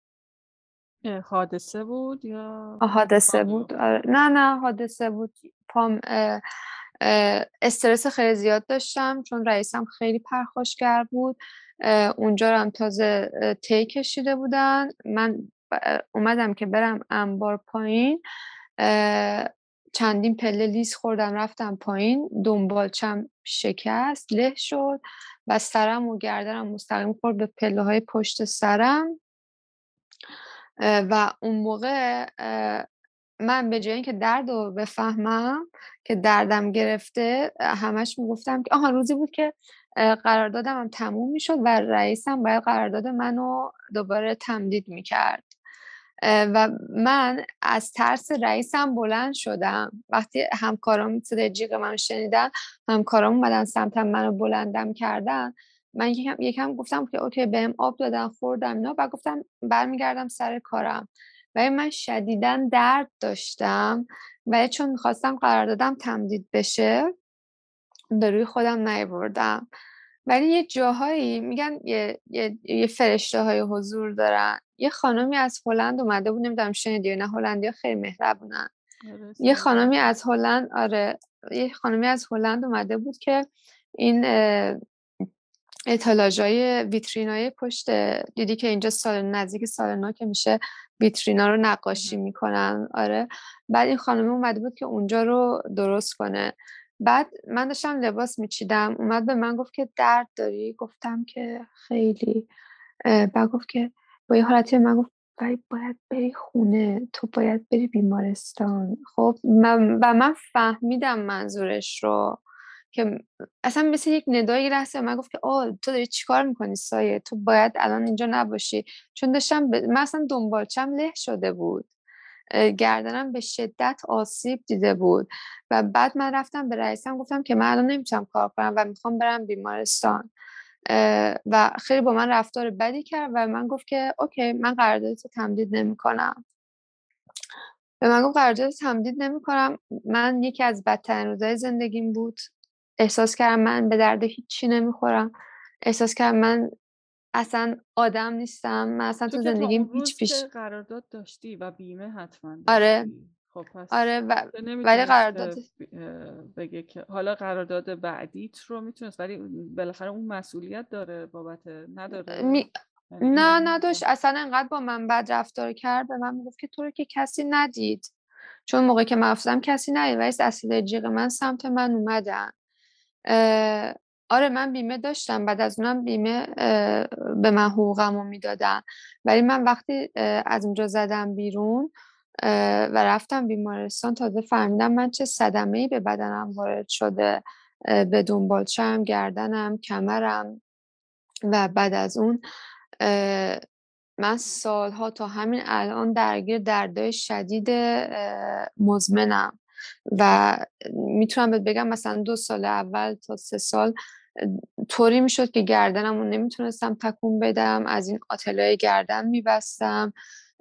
حادثه بود یا حادثه اتفاقی بود. افتاد؟ آره. نه نه حادثه بود. پام اه، اه، استرس خیلی زیاد داشتم چون رئیسم خیلی پرخاشگر بود. اه، اونجا رو هم تازه اه، تی کشیده بودن. من اه، اومدم که برم انبار پایین، اه، چندین پله لیز خوردم رفتم پایین، دنبالچم شکست له شد و سرم و گردنم مستقیم خورد به پله های پشت سرم. اه، و اون موقع اه، من به جای اینکه درد رو بفهمم که دردم گرفته، اه، همش میگفتم که آها روزی بود که اه، قراردادم هم تموم میشد و رئیسم باید قرارداد منو دوباره تمدید میکرد. و من از ترس رئیسم بلند شدم. وقتی همکارام صدای جیغ من شنیدن، همکارام اومدن سمتم منو بلندم کردن، من یکم, یکم گفتم که اوکی بهم آب دادن خوردم اینا و گفتم برمیگردم سر کارم. ولی من شدیداً درد داشتم ولی چون میخواستم قراردادم تمدید بشه به روی خودم نیاوردم. ولی یه جاهایی میگن یه, یه, یه فرشته های حضور دارن. یه خانمی از هلند اومده بود، نمیدونم شنیدی یا نه، هلندیا خیلی مهربونن. آره، یه سلام. خانمی از هلند آره یه خانمی از هلند اومده بود که این اتالاژهای ویترینای پشت، دیدی که اینجا سال نزدیک سال نو که میشه ویترینا رو نقاشی مهم. میکنن. آره. بعد این خانم اومده بود که اونجا رو درست کنه. بعد من داشتم لباس میچیدم، اومد به من گفت که درد داری؟ گفتم که خیلی. اه، بعد گفت که با یه حالتی به من گفت باید, باید بری خونه، تو باید بری بیمارستان. خب من و من فهمیدم منظورش رو که اصلا مثل یک ندایی لحظه من گفت که آه تو داری چیکار میکنی سایه، تو باید الان اینجا نباشی. چون داشتم ب... من اصلا دنبالچم له شده بود، اه، گردنم به شدت آسیب دیده بود. و بعد من رفتم به رئیسم گفتم که من الان نمیتونم کار کنم و میخوام برم بیمارستان. اه، و خیلی با من رفتار بدی کرد و من گفت که اوکی من قراردادتو تمدید نمیکنم. به من گفت قرارداد تمدید نمیکنم. من یکی از بدترین روزهای زندگیم بود. احساس کردم من به درد هیچی نمیخورم. احساس کردم من اصلا آدم نیستم. من اصلا تو تو که تا زندگیم اون هیچ روز پیش. که قرارداد داشتی و بیمه حتما آره. داشتی، خب پس آره و تو ولی نمیتونست قرارداد بگه که حالا قرارداد بعدیت رو میتونست، ولی بالاخره اون مسئولیت داره بابت نداره. می... یعنی اینو نه نمیدونم. نداشت اصلا. انقدر با من بد رفتار کرد، به من میگفت که تو رو که کسی ندید. چون موقعی که من رفتم کسی ندید ولی از صدای جیغ من سمت من اومدن. اه، آره من بیمه داشتم، بعد از اونم بیمه اه، به من حقوقم رو میدادن. ولی من وقتی اه، از اونجا زدم بیرون اه، و رفتم بیمارستان تازه فهمیدم من چه صدمه‌ای به بدنم وارد شده، اه، به دنبالچم، گردنم، کمرم. و بعد از اون اه، من سالها تا همین الان درگیر دردای شدید اه، مزمنم. و میتونم بهت بگم مثلا دو سال اول تا سه سال اه، طوری میشد که گردنم رو نمیتونستم تکون بدم، از این آتلای گردن میبستم.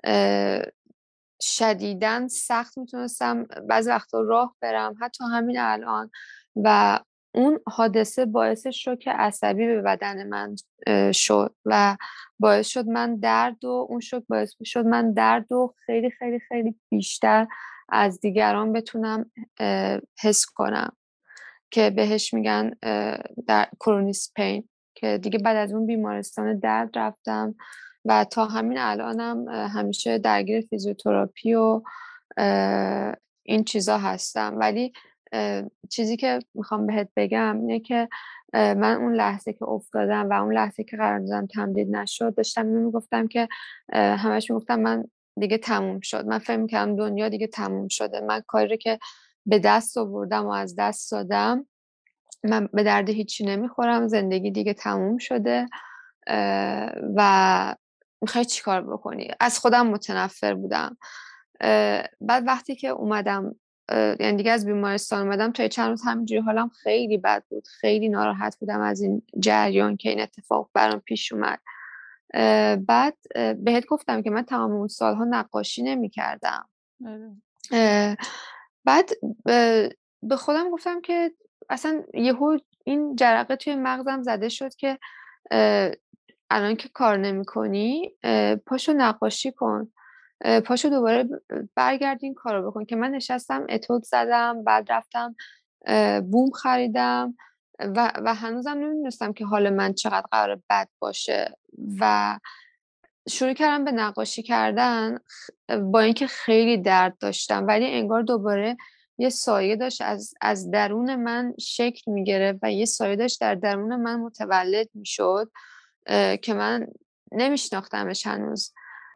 شدیداً سخت میتونستم بعضی وقتا راه برم، حتی همین الان. و اون حادثه باعث شوک عصبی به بدن من اه، شد و باعث شد من درد و اون شوک باعث شد من درد و خیلی خیلی خیلی بیشتر از دیگران بتونم اه، حس کنم که بهش میگن اه، در کرونیس پین، که دیگه بعد از اون بیمارستان درد رفتم و تا همین الانم اه، همیشه درگیر فیزیوتراپی و اه، این چیزا هستم. ولی اه، چیزی که میخوام بهت بگم اینه که اه، من اون لحظه که افتادم و اون لحظه که قرار دادم تمدید نشد، داشتم اینو میگفتم که اه، همش میگفتم من دیگه تموم شد. من فکر میکردم دنیا دیگه تموم شده. من کاری رو که به دست آوردم و از دست دادم، من به درد هیچی نمیخورم، زندگی دیگه تموم شده اه، و میخوای چی کار بکنی. از خودم متنفر بودم. اه، بعد وقتی که اومدم اه، یعنی دیگه از بیمارستان اومدم تا چند روز همینجوری حالم خیلی بد بود، خیلی ناراحت بودم از این جریان که این اتفاق برام پیش اومد. اه، بعد اه، بهت گفتم که من تمام اون سالها نقاشی نمیکردم. آره. بعد اه، به خودم گفتم که اصلا یهو این جرقه توی مغزم زده شد که الان که کار نمی کنی پاشو نقاشی کن، پاشو دوباره برگرد این کار رو بکن. که من نشستم اتود زدم، بعد رفتم بوم خریدم و, و هنوزم نمیدونستم که حال من چقدر قرار بد باشه و شروع کردم به نقاشی کردن با اینکه خیلی درد داشتم، ولی انگار دوباره یه سایه داشت از, از درون من شکل میگرفت و یه سایه داشت در درون من متولد میشد که من نمیشناختمش هنوز.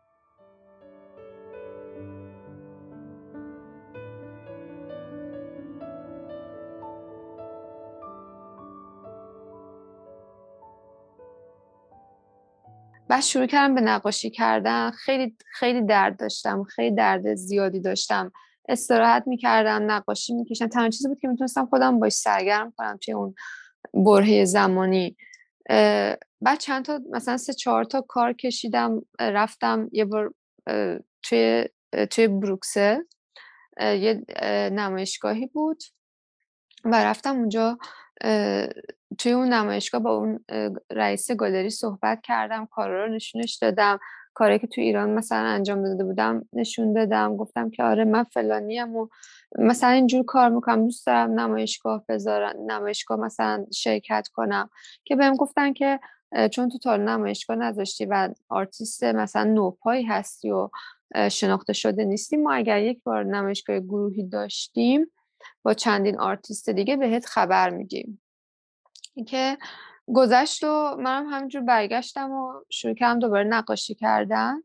بعد شروع کردم به نقاشی کردن. خیلی خیلی درد داشتم، خیلی درد زیادی داشتم. استراحت میکردم، نقاشی میکشم. تنها چیزی بود که میتونستم خودم باش سرگرم کنم توی اون برهه زمانی. بعد چند تا مثلا سه چهار تا کار کشیدم. رفتم یه بار توی توی بروکسل یه نمایشگاهی بود و رفتم اونجا. توی اون نمایشگاه با اون رئیس گالری صحبت کردم، کارا رو نشونش دادم، کاری که تو ایران مثلا انجام داده بودم نشون دادم. گفتم که آره من فلانیم و مثلا اینجور کار میکنم، دوست دارم نمایشگاه بذارم، نمایشگاه مثلا شرکت کنم. که بهم گفتن که چون تو تا نمایشگاه نذاشتی و آرتیست مثلا نوپایی هستی و شناخته شده نیستی، ما اگر یک بار نمایشگاه گروهی داشتیم با چندین آرتیست دیگه بهت خبر میدیم. که گذشت و منم همینجور برگشتم و شروع کردم دوباره نقاشی کردن.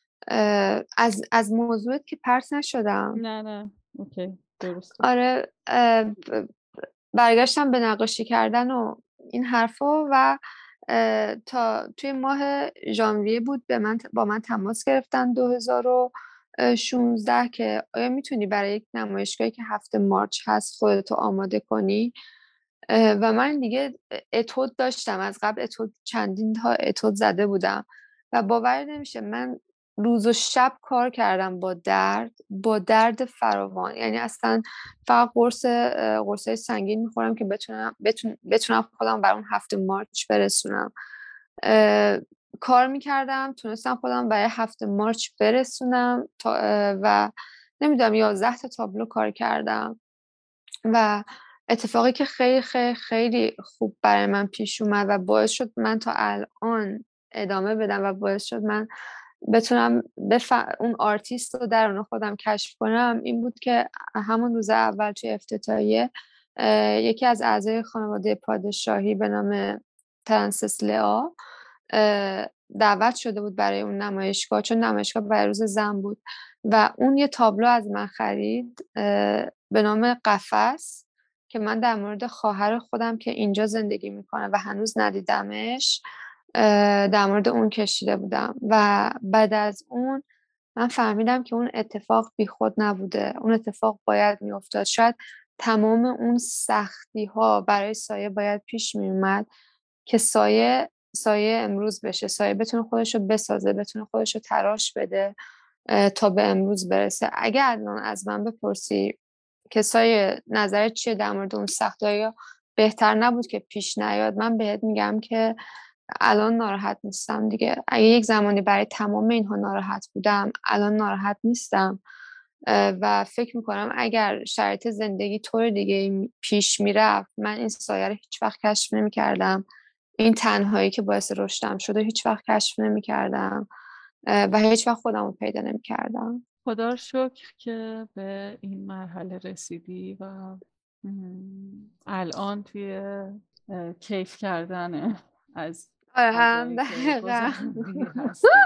از از موضوعت که پرت نشدم. نه نه اوکی درسته. آره برگشتم به نقاشی کردن و این حرفا و تا توی ماه ژانویه بود به من با من تماس گرفتن دو هزار و شانزده که آیا میتونی برای یک نمایشگاهی که هفته مارچ هست خودتو آماده کنی. و من دیگه اتود داشتم از قبل، اتود چندین تا اتود زده بودم و باور نمیشه من روز و شب کار کردم با درد با درد فراوان. یعنی اصلا فقط قرص قرصای سنگین میخورم که بتونم بتون بتونم خودم بر اون هفته مارچ برسونم. کار میکردم تونستم خودم برای هفته مارچ برسونم تا و نمیدونم یازده تا تابلو کار کردم و اتفاقی که خیلی خیلی خیلی خوب برای من پیش اومد و باعث شد من تا الان ادامه بدم و باعث شد من بتونم بف... اون آرتیست رو درون خودم کشف کنم این بود که همون روز اول توی افتتاحیه یکی از اعضای خانواده پادشاهی به نام فرانسیس لئا دعوت شده بود برای اون نمایشگاه، چون نمایشگاه برای روز زن بود و اون یه تابلو از من خرید به نام قفس که من در مورد خواهر خودم که اینجا زندگی میکنه و هنوز ندیدمش در مورد اون کشیده بودم. و بعد از اون من فهمیدم که اون اتفاق بی خود نبوده، اون اتفاق باید میافتاد. شاید تمام اون سختی ها برای سایه باید پیش میومد که سایه سایه امروز بشه، سایه بتونه خودش رو بسازه، بتونه خودش رو تراش بده تا به امروز برسه. اگه الان از من بپرسی که سایه نظرت چیه در مورد اون سختی‌ها، بهتر نبود که پیش نیاد، من بهت میگم که الان ناراحت نیستم دیگه. اگه یک زمانی برای تمام اینها ناراحت بودم الان ناراحت نیستم و فکر میکنم اگر شرایط زندگی طور دیگه پیش میرفت من این سایه رو هیچ وقت کشف نمیکردم، این تنهایی که باعث رشدم شده هیچ وقت کشف نمیکردم و هیچ وقت خودم رو پیدا نمیکردم. خدا رو شکر که به این مرحله رسیدی و الان توی کیف کردن از هم فضایی که دقیقا گذروندی هستی.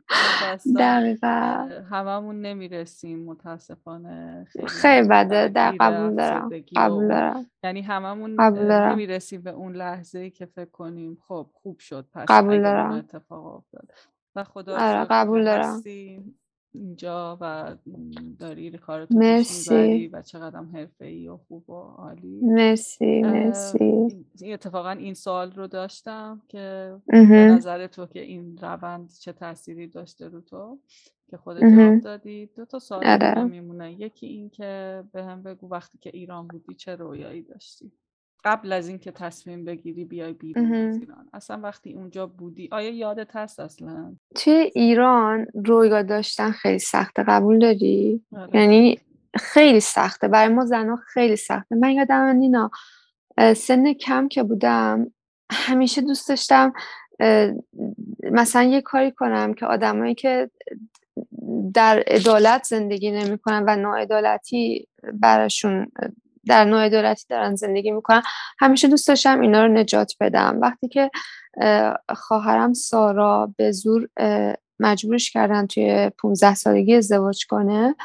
دقیقا هممون نمیرسیم متاسفانه، خیلی خیلی بده، در درگیر قبول دارم افسردگی و قبول اون، دارم یعنی هممون قبول دارم نمیرسیم به اون لحظه‌ای که فکر کنیم خب خوب شد پس قبول اگه اون دارم اتفاق افتاد. و خدا رو آره شکر که قبول دارم. هستی اینجا و داری کارتو پیش میبری مرسی و چقدرم حرفه‌ای و خوب و عالی. مرسی مرسی این اتفاقا این سوال رو داشتم که به اها نظر تو که این روند چه تأثیری داشته رو تو که خودت جواب اها دادی. دو تا سوال دیگه آره میمونه. یکی این که به هم بگو وقتی که ایران بودی چه رویایی داشتی؟ قبل از اینکه تصمیم بگیری بیای بیرون از ایران، اصلا وقتی اونجا بودی آیا یادت هست اصلا؟ توی ایران رویا داشتن خیلی سخته، قبول داری؟ آره. یعنی خیلی سخته برای ما زنها، خیلی سخته. من یادم نینا سن کم که بودم همیشه دوست داشتم مثلا یه کاری کنم که آدمایی که در عدالت زندگی نمی‌کنن و ناعدالتی براشون در ناعدالتی دارن زندگی میکنن، همیشه دوست داشتم اینا رو نجات بدم. وقتی که خواهرم سارا به زور مجبورش کردن توی پونزده سالگی ازدواج کنه،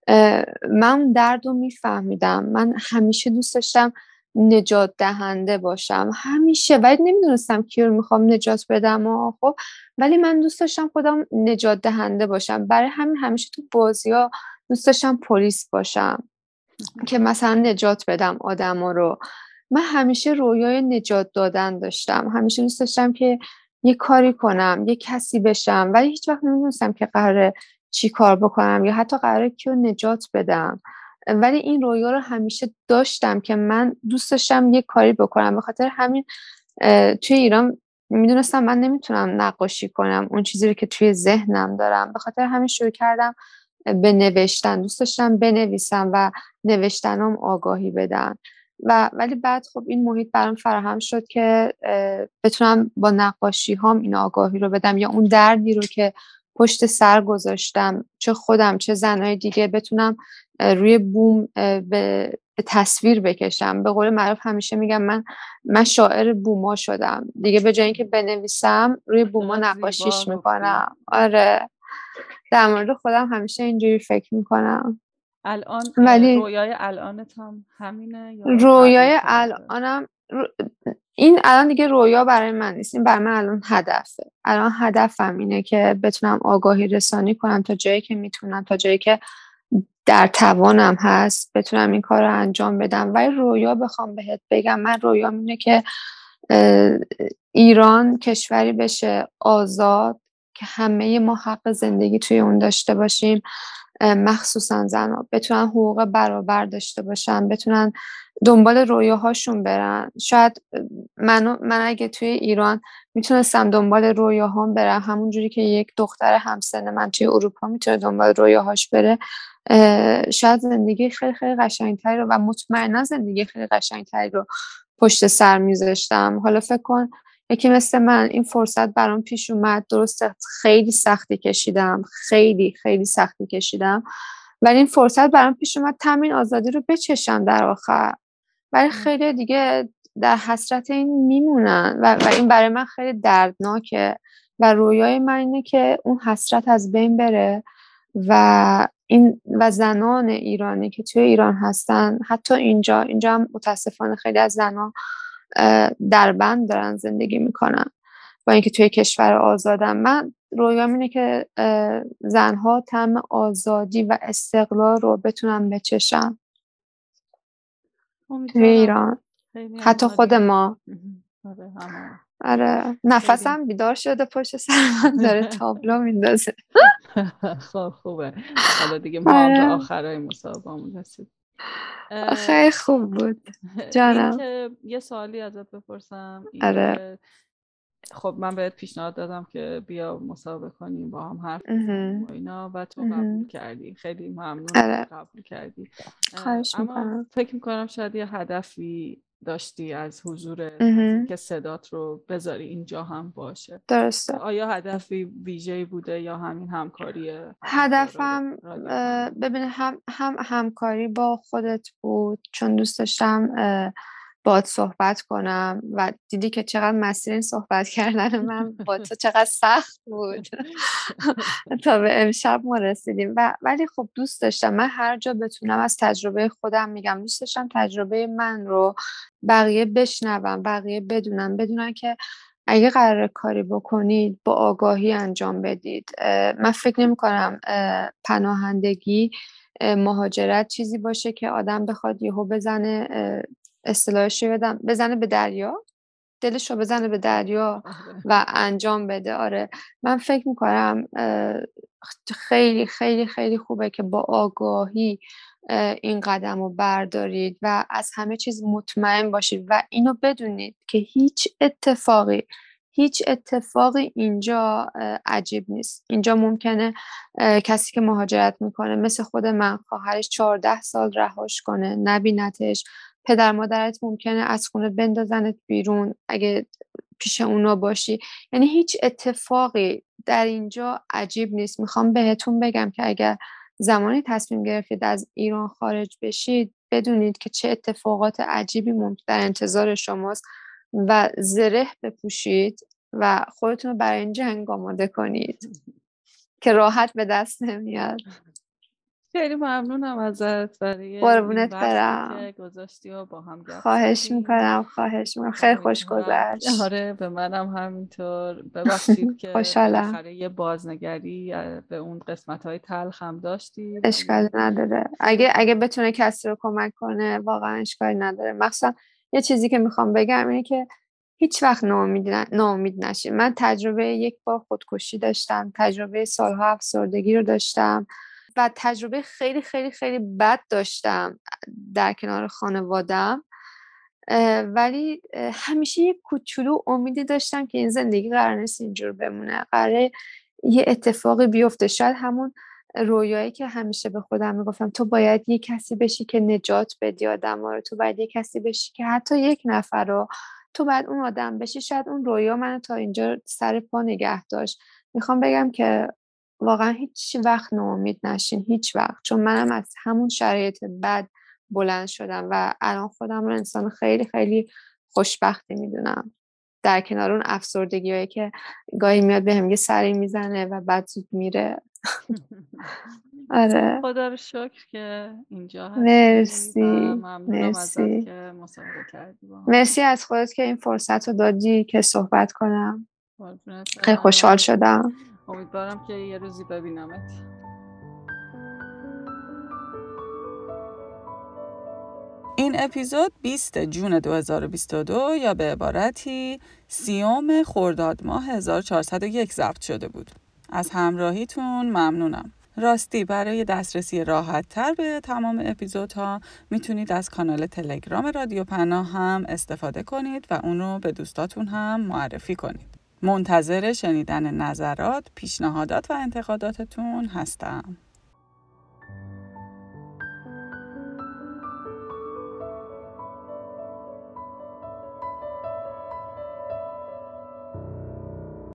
من درد رو میفهمیدم. من همیشه دوست داشتم نجات دهنده باشم، همیشه، ولی نمیدونستم کی رو میخوام نجات بدم و خب ولی من دوست داشتم خودم نجات دهنده باشم. برای همین همیشه تو بازی‌ها دوست داشتم پلیس باشم که مثلا نجات بدم آدما رو. من همیشه رویای نجات دادن داشتم، همیشه دوست داشتم که یه کاری کنم، یه کسی بشم، ولی هیچ وقت نمیدونستم که قراره چی کار بکنم یا حتی قراره کیو نجات بدم. ولی این رویا رو همیشه داشتم که من دوست داشتم یه کاری بکنم. به خاطر همین توی ایران میدونستم من نمیتونم نقاشی کنم اون چیزی رو که توی ذهنم دارم. به خاطر همین شروع کردم به نوشتن. دوست داشتم بنویسم و نوشتنام آگاهی بدن و ولی بعد خب این محیط برام فراهم شد که بتونم با نقاشی هام این آگاهی رو بدم، یا اون دردی رو که پشت سر گذاشتم، چه خودم چه زنهای دیگه، بتونم روی بوم به, به تصویر بکشم. به قول معروف همیشه میگم من من شاعر بوما شدم دیگه، به جای اینکه بنویسم روی بوما نقاشیش میکنم. آره، در مورد خودم همیشه اینجوری فکر میکنم. الان ولی رویای الانت هم همینه یا رویای الانم رو... این الان دیگه رویا برای من نیست، این برای من الان هدفه. الان هدفم اینه که بتونم آگاهی رسانی کنم تا جایی که میتونم، تا جایی که در توانم هست بتونم این کار رو انجام بدم. ولی رویا بخوام بهت بگم، من رویام اینه که ایران کشوری بشه آزاد که همه ما حق زندگی توی اون داشته باشیم، مخصوصا زنها بتونن حقوق برابر داشته باشن، بتونن دنبال رویاهاشون برن. شاید من من اگه توی ایران میتونستم دنبال رویاهام برم همون جوری که یک دختر همسن من توی اروپا میتونه دنبال رویاهاش بره، شاید زندگی خیلی خیلی قشنگتری رو و مطمئنا زندگی خیلی قشنگتری رو پشت سر میذاشتم. حالا فکر کن یکی مثل من این فرصت برام پیش اومد، درسته خیلی سختی کشیدم، خیلی خیلی سختی کشیدم، ولی این فرصت برام پیش اومد تامین آزادی رو بچشم در آخر. ولی خیلی دیگه در حسرت این میمونن و, و این برای من خیلی دردناکه و رویای من اینه که اون حسرت از بین بره و این و زنان ایرانی که توی ایران هستن، حتی اینجا اینجا هم متاسفانه خیلی از زنان در بند دارن زندگی میکنن با اینکه توی کشور آزادم. من رویام اینه که زنها طعم آزادی و استقلال رو بتونن بچشن توی ایران، حتی خود ما. آره، نفسم بیدار شده پشت سر من داره تابلو میندازه. خب خوبه، حالا دیگه ما هم به آخرای مسابقه‌مون رسید. خیلی خوب بود جانم. این که یه سوالی ازت بپرسم، این آره. که خب من بهت پیشنهاد دادم که بیا مسابقه کنیم با هم حرف بزنیم و اینا و تو قبول کردی، خیلی ممنون آره. قبول کردی. خواهش اما میکنم. فکر میکنم شاید یه هدفی داشتی از حضورت، از اینکه صدات رو بذاری اینجا هم باشه. درسته. آیا هدفی ویژه‌ای بوده یا همین همکاریه؟ هدفم ببین هم هم همکاری با خودت بود، چون دوست داشتم باهات صحبت کنم و دیدی که چقدر مسیر این صحبت کردن من با تو چقدر سخت بود تا به امشب ما رسیدیم. و ولی خب دوست داشتم من هر جا بتونم از تجربه خودم میگم، دوست داشتم تجربه من رو بقیه بشنون، بقیه بدونن بدونن که اگه قراره کاری بکنید با آگاهی انجام بدید. من فکر نمی کنم پناهندگی مهاجرت چیزی باشه که آدم بخواد یهو بزنه اصطلاحش رو بدم بزنه به دریا، دلش رو بزنه به دریا و انجام بده. آره، من فکر میکنم خیلی خیلی خیلی خوبه که با آگاهی این قدم رو بردارید و از همه چیز مطمئن باشید و اینو بدونید که هیچ اتفاقی هیچ اتفاقی اینجا عجیب نیست. اینجا ممکنه کسی که مهاجرت میکنه مثل خود من، خواهرش چهارده سال رهاش کنه، نبینتش. پدر مادرت ممکنه از خونه بندازنت بیرون اگه پیش اونا باشی. یعنی هیچ اتفاقی در اینجا عجیب نیست. میخوام بهتون بگم که اگر زمانی تصمیم گرفتید از ایران خارج بشید، بدونید که چه اتفاقات عجیبی ممکن در انتظار شماست و زره بپوشید و خودتون رو برای این جنگ آماده کنید که راحت به دست نمیاد. خیلی ممنونم ازت برای قربونت این برم وقتی که گذاشتی و با هم گپ خواهش زدیم. میکنم خواهش میکنم خیلی خوش گذشت. آره به منم همینطور. ببخشید که بالاخره یه بازنگری به اون قسمت‌های تلخ هم داشتی. اشکالی نداره. اگه اگه بتونه کسی رو کمک کنه واقعا اشکالی نداره. مثلا یه چیزی که میخوام بگم اینه که هیچ وقت ناامید ناامید نشید. من تجربه یک بار خودکشی داشتم، تجربه سالها افسردگی رو داشتم و تجربه خیلی خیلی خیلی بد داشتم در کنار خانوادم، ولی همیشه یک کوچولو امیدی داشتم که این زندگی قرار نیست اینجور بمونه، قراره یه اتفاقی بیفته. شاید همون رویایی که همیشه به خودم میگفتم تو باید یه کسی بشی که نجات بدی آدم‌ها رو، تو باید یه کسی بشی که حتی یک نفر رو، تو باید اون آدم بشی. شاید اون رویا منو تا اینجا سر پا نگه داشت. میخوام بگم که واقعا هیچ وقت ناامید نشین، هیچ وقت، چون منم از همون شرایط بد بلند شدم و الان خودم رو انسان خیلی خیلی خوشبختی میدونم در کنار اون افسردگی‌هایی که گاهی میاد بهم یه سری میزنه و بعد زود میره. آره خدا رو شکر که اینجا هستی. مرسی و ممنونم مرسی. ازت که مصاحبه کردی با هم. مرسی از خودت که این فرصت رو دادی که صحبت کنم. خیلی خوشحال شدم. امیدوارم که یه روزی ببینمت. این اپیزود بیست جون دو هزار و بیست و دو یا به عبارتی سیوم خرداد ماه هزار و چهارصد و یک ضبط شده بود. از همراهیتون ممنونم. راستی برای دسترسی راحت تر به تمام اپیزودها میتونید از کانال تلگرام رادیو پناه هم استفاده کنید و اونو به دوستاتون هم معرفی کنید. منتظر شنیدن نظرات، پیشنهادات و انتقاداتتون هستم.